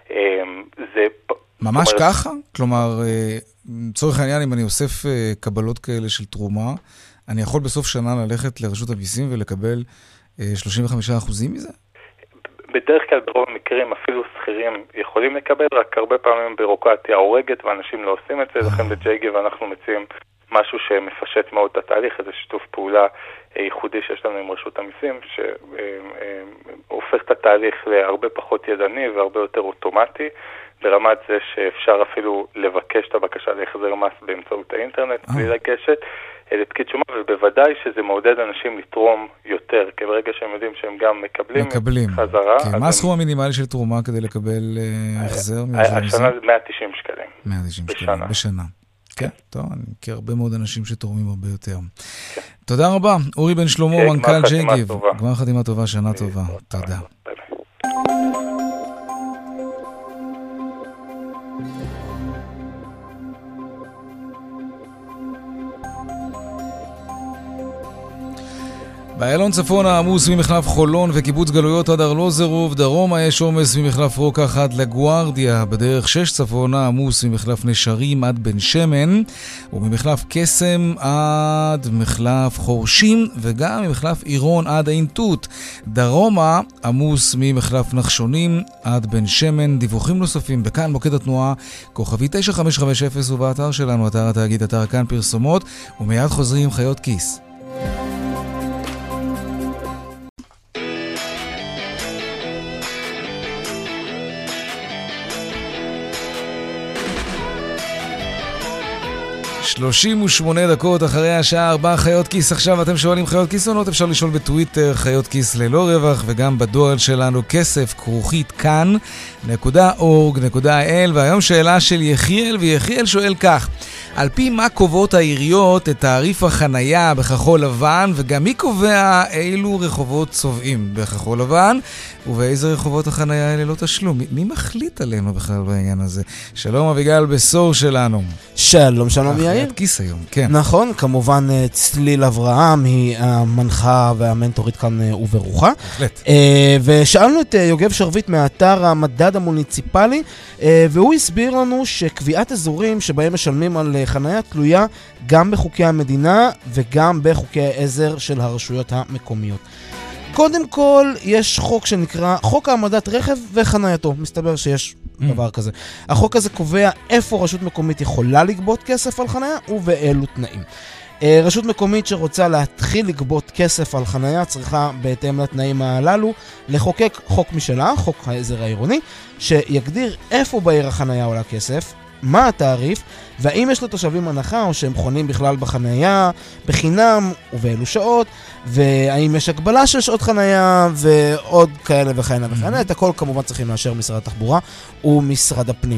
זה... ממש אומרת... ככה? כלומר, צורך העניין, אם אני אוסף קבלות כאלה של תרומה, אני יכול בסוף שנה ללכת לרשות המיסים ולקבל שלושים וחמישה אחוזים מזה? בדרך כלל ברוב המקרים אפילו שכירים יכולים לקבל, רק הרבה פעמים בירוקרטיה הורגת ואנשים לא עושים את זה, לכן ב-ג'יי גיב אנחנו מציעים משהו שמפשט מאוד את התהליך, איזה שיתוף פעולה ייחודי שיש לנו עם רשות המיסים, שהופך את התהליך להרבה פחות ידני והרבה יותר אוטומטי, ברמת זה שאפשר אפילו לבקש את הבקשה להחזר מס באמצעות האינטרנט, בלי לגשת לפקיד שומה, ובוודאי שזה מעודד אנשים לתרום יותר, כי ברגע שהם יודעים שהם גם מקבלים, מקבלים. חזרה. כן. מה הסכום המינימלי של תרומה כדי לקבל החזר? השנה זה מאה ותשעים שקלים. מאה ותשעים שקלים, בשנה. כן, טוב, אני מכיר הרבה מאוד אנשים שתורמים הרבה יותר. תודה רבה. אורי בן שלמה, כן, מנכ"ל גמר חתימה ג'ייגיב. טובה. גמר חתימה טובה, שנה טובה. תודה. באיילון צפון העמוס ממחלף חולון וקיבוץ גלויות עד ארלוזרוב, דרומה יש עומס ממחלף רוקח עד לגוארדיה, בדרך שש צפונה עמוס ממחלף נשרים עד בן שמן, וממחלף קסם עד מחלף חורשים, וגם ממחלף עירון עד עינתות. דרומה עמוס ממחלף נחשונים עד בן שמן. דיווחים נוספים בכאן מוקד התנועה, כוכבי תשע חמש חמש אפס, ובאתר שלנו, אתר התאגיד, אתר כאן פרסומות, ומיד חוזרים חיות כיס. שלושים ושמונה דקות אחרי השעה ארבע, חיות כיס. עכשיו אתם שואלים חיות כיס עונות, אפשר לשאול בטוויטר חיות כיס ללא רווח, וגם בדואל שלנו כסף כרוכית כאן נקודה אורג נקודה איי אל. והיום שאלה של יחיאל, ויחיאל שואל כך: על פי מה קובעות העיריות את תעריף החנייה בכחול לבן, וגם מי קובע אילו רחובות צובעים בכחול לבן, ובאיזה רחובות החנייה האלה לא תשלום? מי, מי מחליט עלינו בכלל בעניין הזה? שלום אביגל בסור שלנו. שלום, שלום יאיר. כיס היום, כן. נכון, כמובן צליל אברהם היא המנחה והמנטורית כאן וברוכה. בהחלט. ושאלנו את יוגב שרבית מאתר המדד המוניציפלי, והוא הסביר לנו שקביעת אזורים שבהם משלמים על חנייה תלויה גם בחוקי המדינה וגם בחוקי העזר של הרשויות המקומיות. קודם כל, יש חוק שנקרא חוק העמדת רכב וחנייתו. מסתבר שיש mm. דבר כזה. החוק הזה קובע איפה רשות מקומית יכולה לגבות כסף על חניה ובאילו תנאים. רשות מקומית שרוצה להתחיל לגבות כסף על חניה צריכה בהתאם לתנאים הללו לחוקק חוק משלה, חוק העזר העירוני, שיגדיר איפה בעיר החניה עולה כסף, מה התעריף, והאם יש לתושבים הנחה או שהם חונים בכלל בחנייה בחינם ובאילו שעות, והאם יש הגבלה של שעות חנייה ועוד כאלה וכהנה וכהנה. את הכל כמובן צריכים לאשר משרד התחבורה ומשרד הפנים.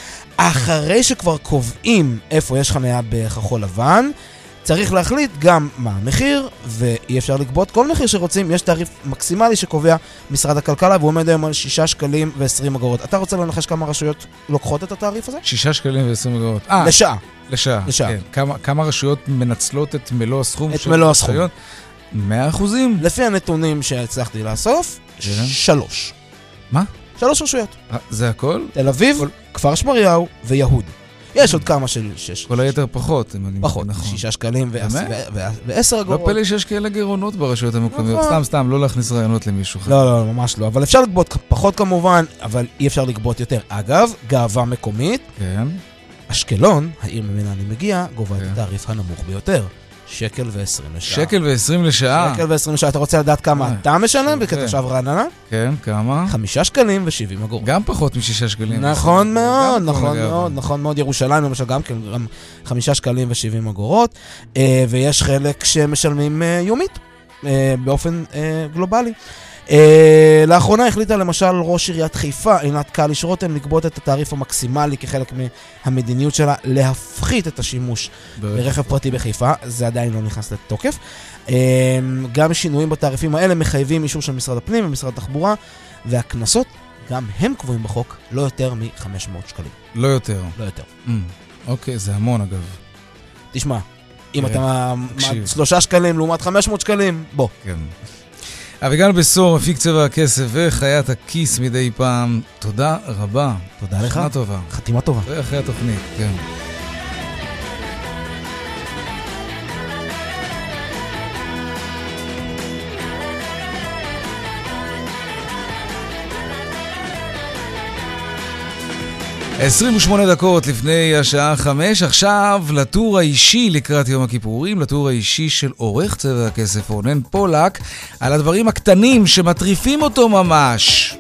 אחרי שכבר קובעים איפה יש חנייה בכחול לבן, צריך להחליט גם מה המחיר, ואי אפשר לגבות כל מחיר שרוצים. יש תעריף מקסימלי שקובע משרד הכלכלה, והוא עומד היום על שישה שקלים ועשרים אגורות. אתה רוצה לנחש כמה רשויות לוקחות את התעריף הזה? שישה שקלים ועשרים אגורות. אה, לשעה. לשעה. לשעה. כן. כמה, כמה רשויות מנצלות את מלוא הסכום? את מלוא הסכום. מאה אחוזים? לפי הנתונים שהצלחתי לאסוף, שלוש. מה? שלוש רשויות. זה הכל? תל אביב, כל... כפר שמריהו ויהוד. יש עוד כמה של שש. כל היתר פחות. פחות, שישה שקלים ועשר אגורות. לא פלא שיש כאלה גירעונות ברשויות המקומיות. סתם, סתם, לא להכניס רעיונות למישהו. לא, לא, ממש לא. אבל אפשר לגבות פחות כמובן, אבל אי אפשר לגבות יותר. אגב, גאווה מקומית. כן. אשקלון, העיר ממנה אני מגיע, גובה את התעריף הנמוך ביותר. שקל ועשרים לשעה. שקל ועשרים לשעה. שקל ועשרים לשעה. אתה רוצה לדעת כמה אתה משלם בכתושב רעננה? כן, כמה? חמישה שקלים ושבעים אגורות. גם פחות משישה שקלים. נכון מאוד, נכון מאוד, נכון מאוד. ירושלים למשל גם כן, גם חמישה שקלים ושבעים אגורות. ויש חלק שמשלמים יומית, באופן גלובלי. Uh, לאחרונה החליטה למשל ראש עיריית חיפה, עינת קליש רותם, לגבות את התעריף המקסימלי כחלק מהמדיניות שלה להפחית את השימוש ברכב פרטי בחיפה. זה עדיין לא נכנס לתוקף. uh, גם שינויים בתעריפים האלה מחייבים אישור של משרד הפנים ומשרד התחבורה, והכנסות גם הם קבועים בחוק לא יותר מ-חמש מאות שקלים. לא יותר. לא יותר. אוקיי, mm. okay, זה המון אגב. תשמע, אם אתה שלושה שקלים לעומת חמש מאות שקלים, בוא. כן. אביגל בסור, מפיק צבע הכסף וחיית הכיס מדי פעם. תודה רבה. תודה לך. שנה טובה. חתימה טובה. ואחרי התוכנית, כן. עשרים ושמונה דקות לפני השעה חמש, עכשיו לטור האישי לקראת יום הכיפורים, לטור האישי של עורך צבע הכסף רונן פולק, על הדברים הקטנים שמטריפים אותו ממש.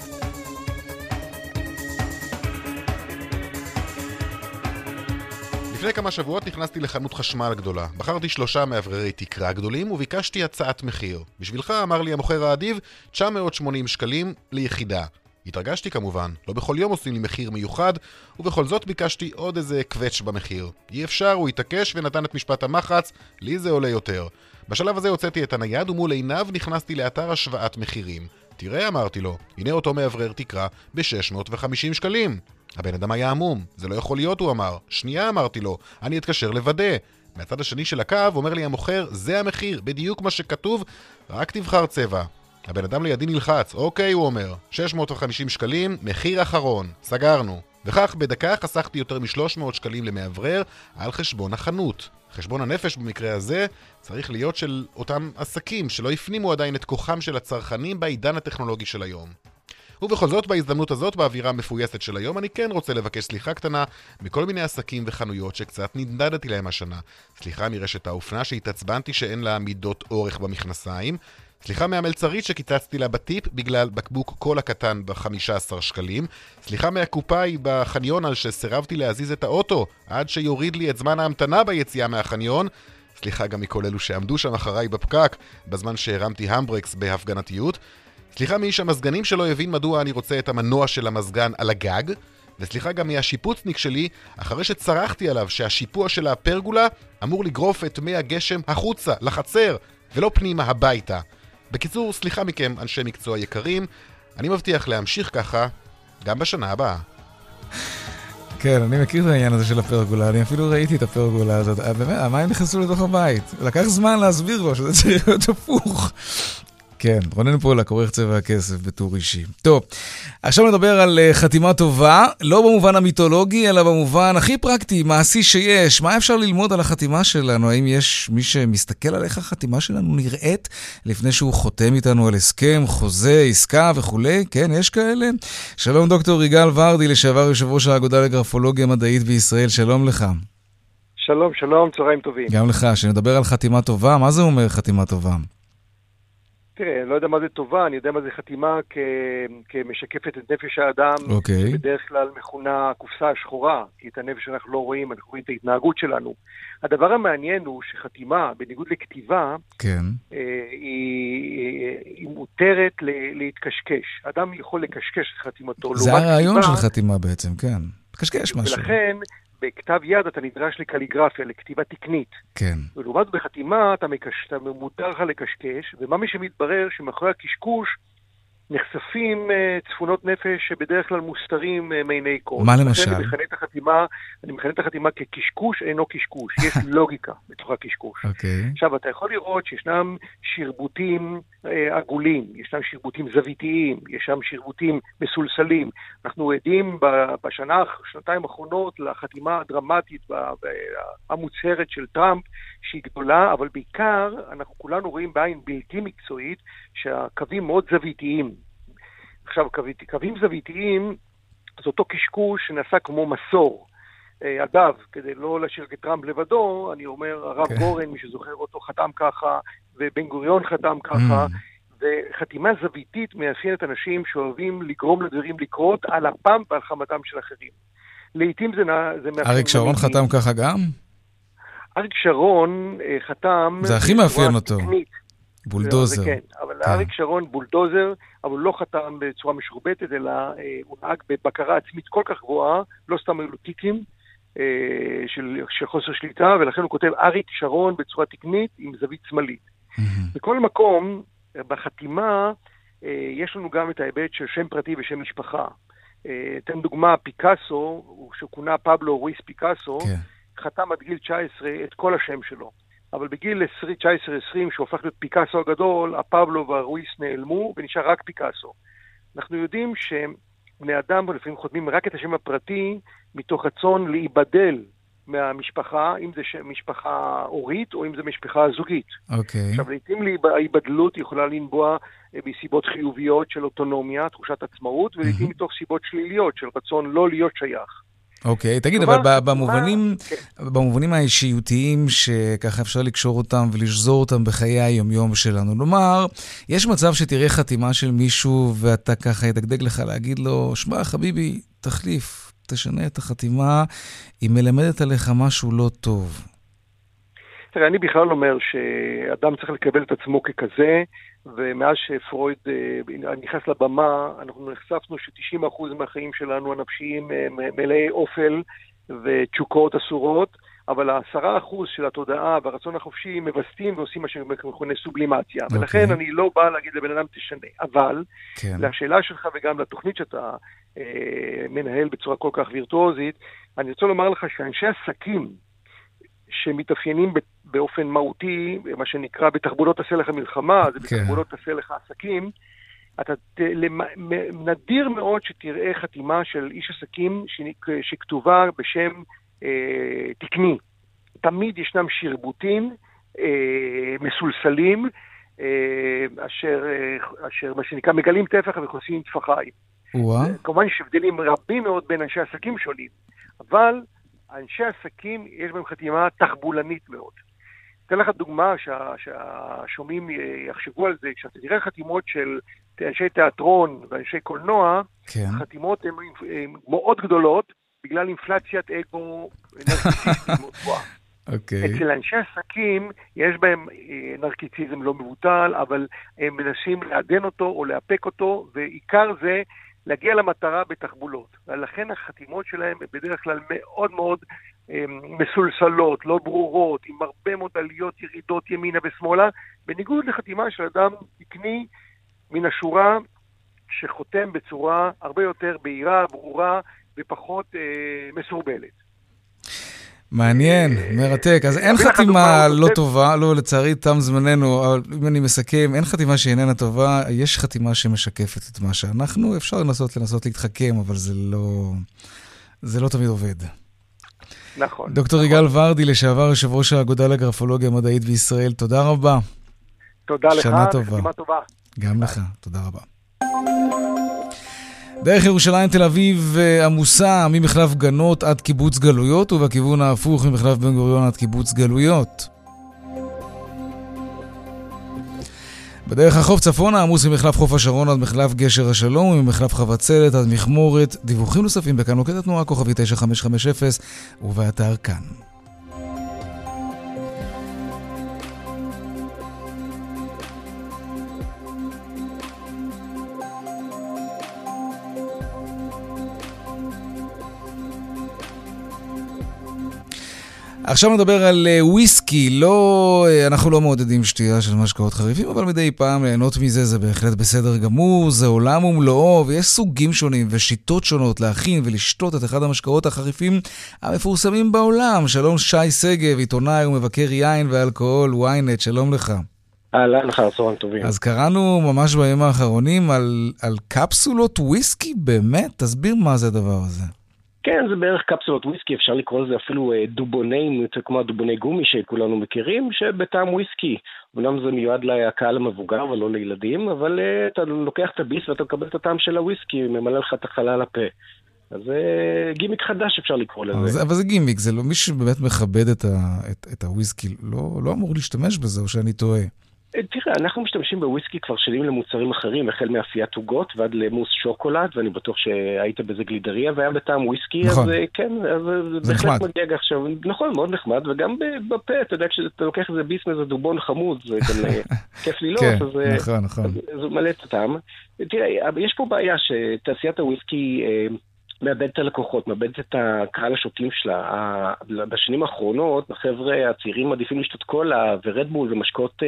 לפני כמה שבועות נכנסתי לחנות חשמל גדולה. בחרתי שלושה מאווררי תקרה גדולים וביקשתי הצעת מחיר. בשבילך, אמר לי המוכר האדיב, תשע מאות ושמונים שקלים ליחידה. התרגשתי כמובן, לא בכל יום עושים לי מחיר מיוחד, ובכל זאת ביקשתי עוד איזה קווץ' במחיר. אי אפשר, הוא התעקש ונתן את משפט המחץ, לי זה עולה יותר. בשלב הזה הוצאתי את הנייד ומול עיניו נכנסתי לאתר השוואת מחירים. תראה, אמרתי לו, הנה אותו מאוורר תקרה ב-שש מאות וחמישים שקלים. הבן אדם היה עמום, זה לא יכול להיות, הוא אמר. שנייה, אמרתי לו, אני אתקשר לוודא. מהצד השני של הקו אומר לי המוכר, זה המחיר, בדיוק מה שכתוב, רק תבחר צבע. הבן אדם לידי נלחץ, אוקיי, הוא אומר, שש מאות וחמישים שקלים, מחיר אחרון, סגרנו. וכך בדקה חסכתי יותר מ-שלוש מאות שקלים למאוורר על חשבון החנות. חשבון הנפש במקרה הזה צריך להיות של אותם עסקים שלא הפנימו עדיין את כוחם של הצרכנים בעידן הטכנולוגי של היום. ובכל זאת, בהזדמנות הזאת, באווירה המפויסת של היום, אני כן רוצה לבקש סליחה קטנה מכל מיני עסקים וחנויות שקצת נדנדתי להם השנה. סליחה מרשת האופנה שהתעצבנתי שאין לה מידות אורך במכנסיים. סליחה מהמלצרית שקיצצתי לה בטיפ בגלל בקבוק קולה קטן ב-חמישה עשר שקלים. סליחה מהקופאי בחניון על שסירבתי להזיז את האוטו עד שיוריד לי את זמן ההמתנה ביציאה מהחניון. סליחה גם מכל אלו שעמדו שם אחריי בפקק בזמן שהרמתי המברקס בהפגנתיות. סליחה מאיש המזגנים שלא הבין מדוע אני רוצה את המנוע של המזגן על הגג. וסליחה גם מהשיפוצניק שלי אחרי שצרחתי עליו שהשיפוע של הפרגולה אמור לגרוף את מי הגשם החוצה, לחצר, ולא פנימה הביתה. בקיצור, סליחה מכם, אנשי מקצוע יקרים, אני מבטיח להמשיך ככה גם בשנה הבאה. כן, אני מכיר את העניין הזה של הפרגולה, אני אפילו ראיתי את הפרגולה הזאת. באמת, המים נכנסו לתוך הבית. לקח זמן להסביר לו שזה צריך להיות הפוך. כן, רונן פולק, עורך צבע הכסף בטור אישי. טוב, עכשיו נדבר על חתימה טובה, לא במובן המיתולוגי, אלא במובן הכי פרקטי, מעשי שיש. מה אפשר ללמוד על החתימה שלנו? האם יש מי שמסתכל על איך החתימה שלנו נראית לפני שהוא חותם איתנו על הסכם, חוזה, עסקה וכו'? כן, יש כאלה. שלום דוקטור יגאל ורדי, לשעבר יושב ראש האגודה לגרפולוגיה מדעית בישראל, שלום לך. שלום, שלום, צהריים טובים. גם לך, שנדבר על חתימה טובה, מה זה אומר חתימה טובה? תראה, אני לא יודע מה זה טובה, אני יודע מה זה חתימה כ... כמשקפת את נפש האדם, okay. בדרך כלל מכונה קופסה השחורה, כי את הנפש אנחנו לא רואים, אנחנו רואים את ההתנהגות שלנו. הדבר המעניין הוא שחתימה, בניגוד לכתיבה, כן. אה, היא, היא מותרת ל... להתקשקש. אדם יכול לקשקש את חתימתו. זה הרעיון כתיבה, של חתימה בעצם, כן. לקשקש משהו. ולכן, בכתב יד אתה נדרש לקליגרפיה, לכתיבה תקנית. כן. ולעומת בחתימה אתה, מקש... אתה מותר לך לקשקש, ומה מי שמתברר שמאחורי הקשקוש נחשפים uh, צפונות נפש שבדרך כלל מוסתרים uh, מעיני כל. מה למשל? אני מכנה את החתימה, אני מכנה את החתימה כקשקוש אינו קשקוש. יש לוגיקה בתוך הקשקוש. אוקיי. עכשיו, אתה יכול לראות שישנם שרבוטים uh, עגולים, ישנם שרבוטים זוויתיים, ישנם שרבוטים מסולסלים. אנחנו עדים בשנה, שנתיים האחרונות לחתימה הדרמטית המוצהרת של טראמפ, שהיא גדולה, אבל בעיקר אנחנו כולנו רואים בעין בלתי מקצועית שהקווים מאוד זוויתיים. עכשיו, קווים זוויתיים זה אותו קשקוש שנעשה כמו מסור. אגב, כדי לא להשאיר את טראמפ לבדו, אני אומר, הרב okay. גורן, מי שזוכר אותו, חתם ככה, ובן גוריון חתם ככה, mm. וחתימה זוויתית מאפיינת אנשים שאוהבים לגרום לדברים לקרות על אפם ועל חמתם של אחרים. לעתים זה, זה מאפיין... אריק שרון חתם ככה גם? אריק שרון חתם... זה הכי מאפיין אותו. תקנית. בולדוזר. כן, אבל כן. אריק שרון בולדוזר, אבל הוא לא חתם בצורה משורבטת, אלא אה, הוא נהג בבקרה עצמית כל כך גבוהה, לא סתם היו לו טיקים אה, של, של חוסר שליטה, ולכן הוא כותב אריק שרון בצורה תקנית עם זווית שמאלית. Mm-hmm. בכל מקום, בחתימה, אה, יש לנו גם את ההיבט של שם פרטי ושם משפחה. אה, אתן דוגמה, פיקאסו, שכונה פבלו רויס פיקאסו, כן. חתם עד גיל תשע עשרה את כל השם שלו. אבל בגיל תשע עשרה עשרים, שהופך להיות פיקאסו הגדול, הפבלו והרויס נעלמו, ונשאר רק פיקאסו. אנחנו יודעים שבני אדם לפעמים חותמים רק את השם הפרטי, מתוך רצון להיבדל מהמשפחה, אם זה משפחה הורית, או אם זה משפחה זוגית. אוקיי. עכשיו, לעתים ההיבדלות יכולה לנבוע בסיבות חיוביות של אוטונומיה, תחושת עצמאות, ולעתים מתוך סיבות שליליות של רצון לא להיות שייך. אוקיי, תגיד, אבל במובנים, במובנים האישיותיים שככה אפשר לקשור אותם ולשזור אותם בחיי היומיום שלנו. כלומר, יש מצב שתראה חתימה של מישהו ואתה ככה ידגדג לך להגיד לו, שמע חביבי, תחליף, תשנה את החתימה, היא מלמדת עליך משהו לא טוב. תראה, אני בכלל אומר שאדם צריך לקבל את עצמו ככזה, ומאז שפרויד נכנס לבמה, אנחנו נחשפנו ש-תשעים אחוז מהחיים שלנו הנפשיים מלאי אופל ותשוקות אסורות, אבל העשרה אחוז של התודעה והרצון החופשי מבסטים ועושים מה שמכונה סובלימציה. Okay. ולכן אני לא בא להגיד לבן אדם תשנה. אבל, כן. לשאלה שלך וגם לתוכנית שאתה אה, מנהל בצורה כל כך וירטואוזית, אני רוצה לומר לך שאנשי עסקים שמתאפיינים באופן מהותי, מה שנקרא בתחבולות הסלח המלחמה, זה כן. בתחבולות הסלח העסקים, אתה ת, למ, נדיר מאוד שתראה חתימה של איש עסקים שכתובה בשם אה, תקני. תמיד ישנם שרבוטים אה, מסולסלים, אה, אשר, אה, אשר מה שנקרא מגלים טפח וחושפים טפחיים. כמובן יש הבדלים רבים מאוד בין אנשי עסקים שונים, אבל אנשי עסקים יש בהם חתימה תחבולנית מאוד. אתן לך דוגמה שה, שהשומעים יחשבו על זה, כשאתה תראה חתימות של אנשי תיאטרון ואנשי קולנוע, כן. חתימות הן מאוד גדולות, בגלל אינפלציית אגו נרקיסיזם מאוד גבוהה. Okay. אצל אנשי עסקים יש בהם נרקיסיזם לא מבוטל, אבל הם מנסים לעדן אותו או להפק אותו, ועיקר זה להגיע למטרה בתחבולות. ולכן החתימות שלהם בדרך כלל מאוד מאוד מסולסלות, לא ברורות, עם הרבה מאוד עליות ירידות ימינה ושמאלה, בניגוד לחתימה של אדם תקני מן השורה שחותם בצורה הרבה יותר בהירה, ברורה ופחות אה, מסורבלת. מעניין, מרתק. אז אין חתימה לא טובה, לא לצערי תם זמננו, אבל אם אני מסכם, אין חתימה שאיננה טובה, יש חתימה שמשקפת את מה שאנחנו, אפשר לנסות לנסות להתחכם, אבל זה לא, זה לא תמיד עובד. נכון. דוקטור יגאל ורדי, לשעבר יושב ראש האגודה לגרפולוגיה המדעית בישראל, תודה רבה. תודה לך, שנה טובה. חתימה טובה. גם לך, תודה רבה. דרך ירושלים תל אביב עמוסה ממחלף גנות עד קיבוץ גלויות, ובכיוון ההפוך ממחלף בן גוריון עד קיבוץ גלויות. בדרך החוף צפונה עמוס ממחלף חוף השרון עד מחלף גשר השלום, וממחלף חבצלת עד מכמורת. דיווחים נוספים בכאן מוקד התנועה כוכבי תשע חמש חמש אפס ובאתר כאן. עכשיו נדבר על וויסקי. לא, אנחנו לא מעודדים שתייה של משקאות חריפים, אבל מדי פעם ליהנות מזה זה בהחלט בסדר גמור. זה עולם ומלואו, ויש סוגים שונים ושיטות שונות להכין ולשתות את אחד המשקאות החריפים המפורסמים בעולם. שלום שי סגב, עיתונאי ומבקר יין ואלכוהול, וויינט, שלום לך. אהלן לך, צהריים טובים. אז קראנו ממש בימים האחרונים על, על קפסולות וויסקי, באמת? תסביר מה זה הדבר הזה. כן, זה בערך קפסולות וויסקי, אפשר לקרוא לזה אפילו דובונים, כמו הדובוני גומי שכולנו מכירים, שבטעם וויסקי. אומנם זה מיועד לקהל המבוגר ולא לילדים, אבל אתה לוקח את הביס ואתה מקבל את הטעם של הוויסקי, ממלא לך את החלה על הפה. אז זה גימיק חדש אפשר לקרוא לזה. אבל זה גימיק, זה לא מי שבאמת מכבד את, ה, את, את הוויסקי, לא, לא אמור להשתמש בזה, או שאני טועה. תראה, אנחנו משתמשים בוויסקי כבר שנים למוצרים אחרים, החל מאפיית עוגות ועד למוס שוקולד, ואני בטוח שהיית בזה גלידריה, והיה בטעם וויסקי, נכון. אז כן, אז זה בהחלט מגיע עכשיו. נכון, מאוד נחמד, וגם בפה, אתה יודע, כשאתה לוקח איזה ביס מאיזה דובון חמוד, זה גם כיף לי לא, כן, אז נכון, נכון. זה מלא את הטעם. תראה, יש פה בעיה שתעשיית הוויסקי מאבדת את הלקוחות, מאבדת את הקהל השותים שלה. בשנים האחרונות, החבר'ה הצעירים עדיפים לשתות קולה ורדבול ומשקות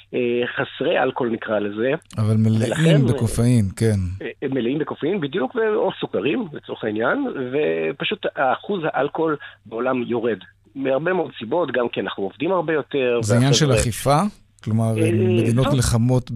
חסרי אלכוהול נקרא לזה. אבל מלאים בקופאין, כן. מלאים בקופאין, בדיוק, או סוכרים, לצורך העניין, ופשוט האחוז האלכוהול בעולם יורד. מהרבה מאוד סיבות, גם כי אנחנו עובדים הרבה יותר. זה עניין של אכיפה? כלומר, מדינות מלחמות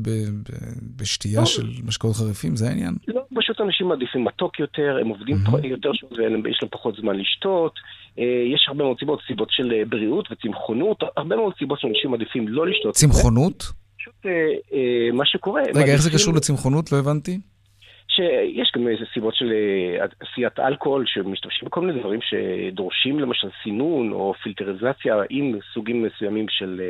בשתייה של משקאות חריפים, זה העניין? לא, פשוט אנשים מעדיפים מתוק יותר, הם עובדים יותר שוב, ויש להם פחות זמן לשתות. יש הרבה מאוד סיבות, סיבות של בריאות וצמחונות, הרבה מאוד סיבות שאנשים מעדיפים לא לשתות. צמחונות? פשוט מה שקורה... רגע, איך זה קשור לצמחונות? לא הבנתי. שיש גם איזה סיבות של עשיית אלכוהול שמשתמשים בכל מיני דברים שדורשים למשל סינון או פילטריזציה עם סוגים מסוימים של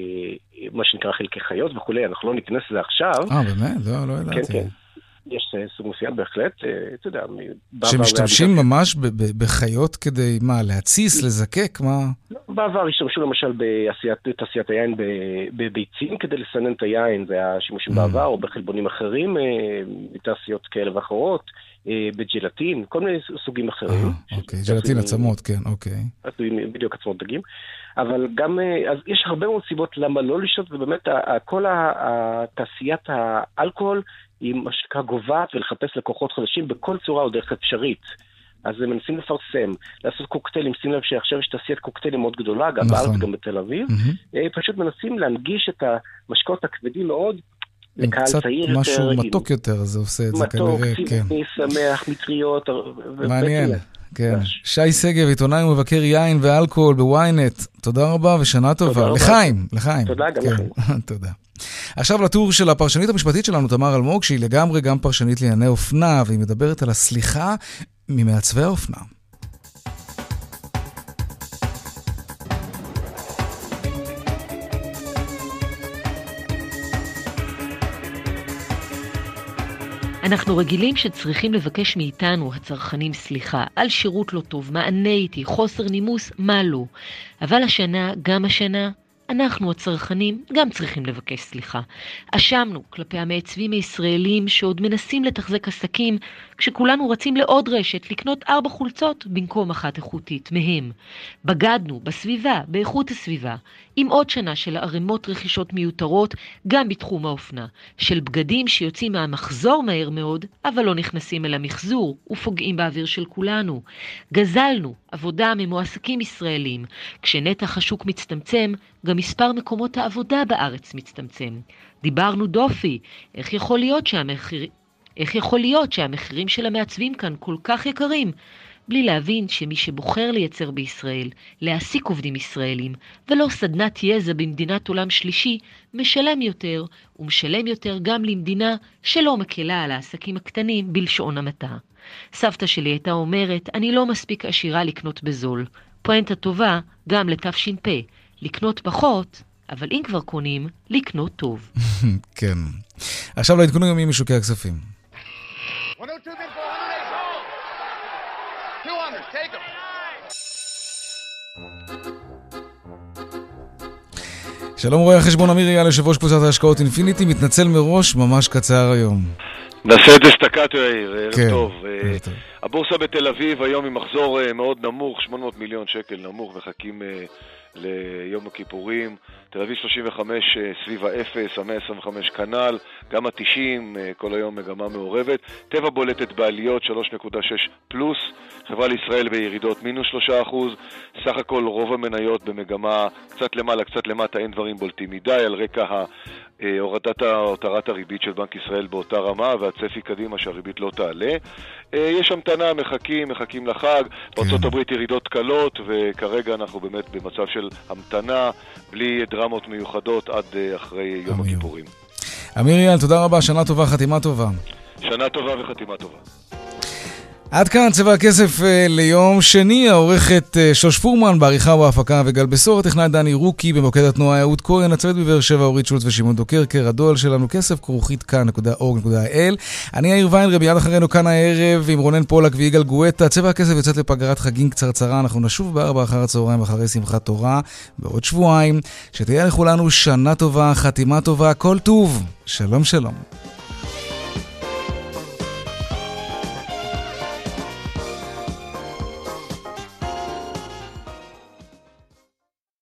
מה שנקרא חלקי חיות וכולי, אנחנו לא ניכנס לזה עכשיו. אה, באמת? לא, לא ידעתי. כן, כן. יש סוג מסוים בהחלט, אתה יודע. שמשתמשים ממש בחיות כדי, מה, להציס, לזקק, מה? בעבר השתמשו למשל בתעשיית היין בביצים כדי לסנן את היין, זה היה שימושים בעבר, או בחלבונים אחרים, בתעשיות כאלה ואחרות. בג'לטין, כל מיני סוגים אחרים. אוקיי, ג'לטין עצמות, כן, אוקיי. בדיוק עצמות דגים. אבל גם, אז יש הרבה מאוד סיבות למה לא לשתות, ובאמת כל התעשיית האלכוהול היא משקה גובעת ולחפש לקוחות חדשים בכל צורה או דרך אפשרית. אז הם מנסים לפרסם, לעשות קוקטיילים, שים לב שעכשיו יש תעשיית קוקטיילים מאוד גדולה, גם בארץ, גם בתל אביב. פשוט מנסים להנגיש את המשקאות הכבדים מאוד, לקהל צעיר יותר. קצת משהו מתוק יותר, זה עושה את זה כנראה, כן. מתוק, שמח, מטריות. מעניין, כן. שי שגב, עיתונאי ומבקר יין ואלכוהול בוויינט. תודה רבה ושנה טובה. לחיים, לחיים. תודה, גם לכם. תודה. עכשיו לטור של הפרשנית המשפטית שלנו, תמר אלמוג, שהיא לגמרי גם פרשנית לענייני אופנה, והיא מדברת על הסליחה ממעצבי האופנה. אנחנו רגילים שצריכים לבקש מאיתנו, הצרכנים, סליחה, על שירות לא טוב, מענה איתי, חוסר נימוס, מה לא. אבל השנה, גם השנה, אנחנו הצרכנים גם צריכים לבקש סליחה. אשמנו כלפי המעצבים הישראלים שעוד מנסים לתחזק עסקים, כשכולנו רצים לעוד רשת לקנות ארבע חולצות במקום אחת איכותית מהם. בגדנו בסביבה, באיכות הסביבה, עם עוד שנה של ערימות רכישות מיותרות, גם בתחום האופנה, של בגדים שיוצאים מהמחזור מהר מאוד, אבל לא נכנסים אל המחזור ופוגעים באוויר של כולנו. גזלנו עבודה ממועסקים ישראלים. כשנתח השוק מצטמצם, גם מספר מקומות העבודה בארץ מצטמצם. דיברנו דופי, איך יכול להיות שהמחיר... איך יכול להיות שהמחירים של המעצבים כאן כל כך יקרים? בלי להבין שמי שבוחר לייצר בישראל, להעסיק עובדים ישראלים, ולא סדנת יזע במדינת עולם שלישי, משלם יותר, ומשלם יותר גם למדינה שלא מקלה על העסקים הקטנים בלשון המעטה. סבתא שלי הייתה אומרת, אני לא מספיק עשירה לקנות בזול. פואנטה טובה גם לתש"פ, לקנות פחות, אבל אם כבר קונים, לקנות טוב. כן. עכשיו לא התקנו יומי משוקי הכספים. שלום רואה החשבון אמיר אייל, יושב ראש קבוצת ההשקעות אינפיניטי, מתנצל מראש, ממש קצר היום. נעשה את זה סטקטו יאיר, ערב טוב. הבורסה בתל אביב היום עם מחזור מאוד נמוך, שמונה מאות מיליון שקל נמוך, מחכים ליום הכיפורים. תל אביב שלושים וחמש סביב האפס, ה-מאה עשרים וחמש כנל, גם ה-תשעים, כל היום מגמה מעורבת. טבע בולטת בעליות שלוש נקודה שש פלוס, חברה לישראל בירידות מינוס שלושה אחוז, סך הכל רוב המניות במגמה קצת למעלה, קצת למטה, אין דברים בולטים מדי, על רקע הורדת הותרת הריבית של בנק ישראל באותה רמה, והצפי קדימה שהריבית לא תעלה. יש המתנה, מחכים, מחכים לחג, בארצות הברית ירידות קלות, וכרגע אנחנו באמת במצב של המתנה, בלי דרמות מיוחדות עד אחרי יום הכיפורים. אמיר אייל, תודה רבה, שנה טובה, חתימה טובה. שנה טובה וחתימה טובה. עד כאן צבע הכסף ליום שני, העורכת שוש פורמן, בעריכה ובהפקה וגל בסור, הטכנאי דני רוקי, במוקד התנועה יהוד כהן, הצוות בבאר שבע אורית שולץ ושמעון דוקרקר, הדואל שלנו כסף כרוכית כאן נקודה אורג נקודה איי אל. אני יאיר ויינרב, מיד אחרינו כאן הערב עם רונן פולק ויגאל גואטה. צבע הכסף יוצאת לפגרת חגים קצרצרה, אנחנו נשוב בארבע אחר הצהריים אחרי שמחת תורה בעוד שבועיים. שתהיה לכולנו שנה טובה, חתימה טובה, כל טוב. שלום שלום.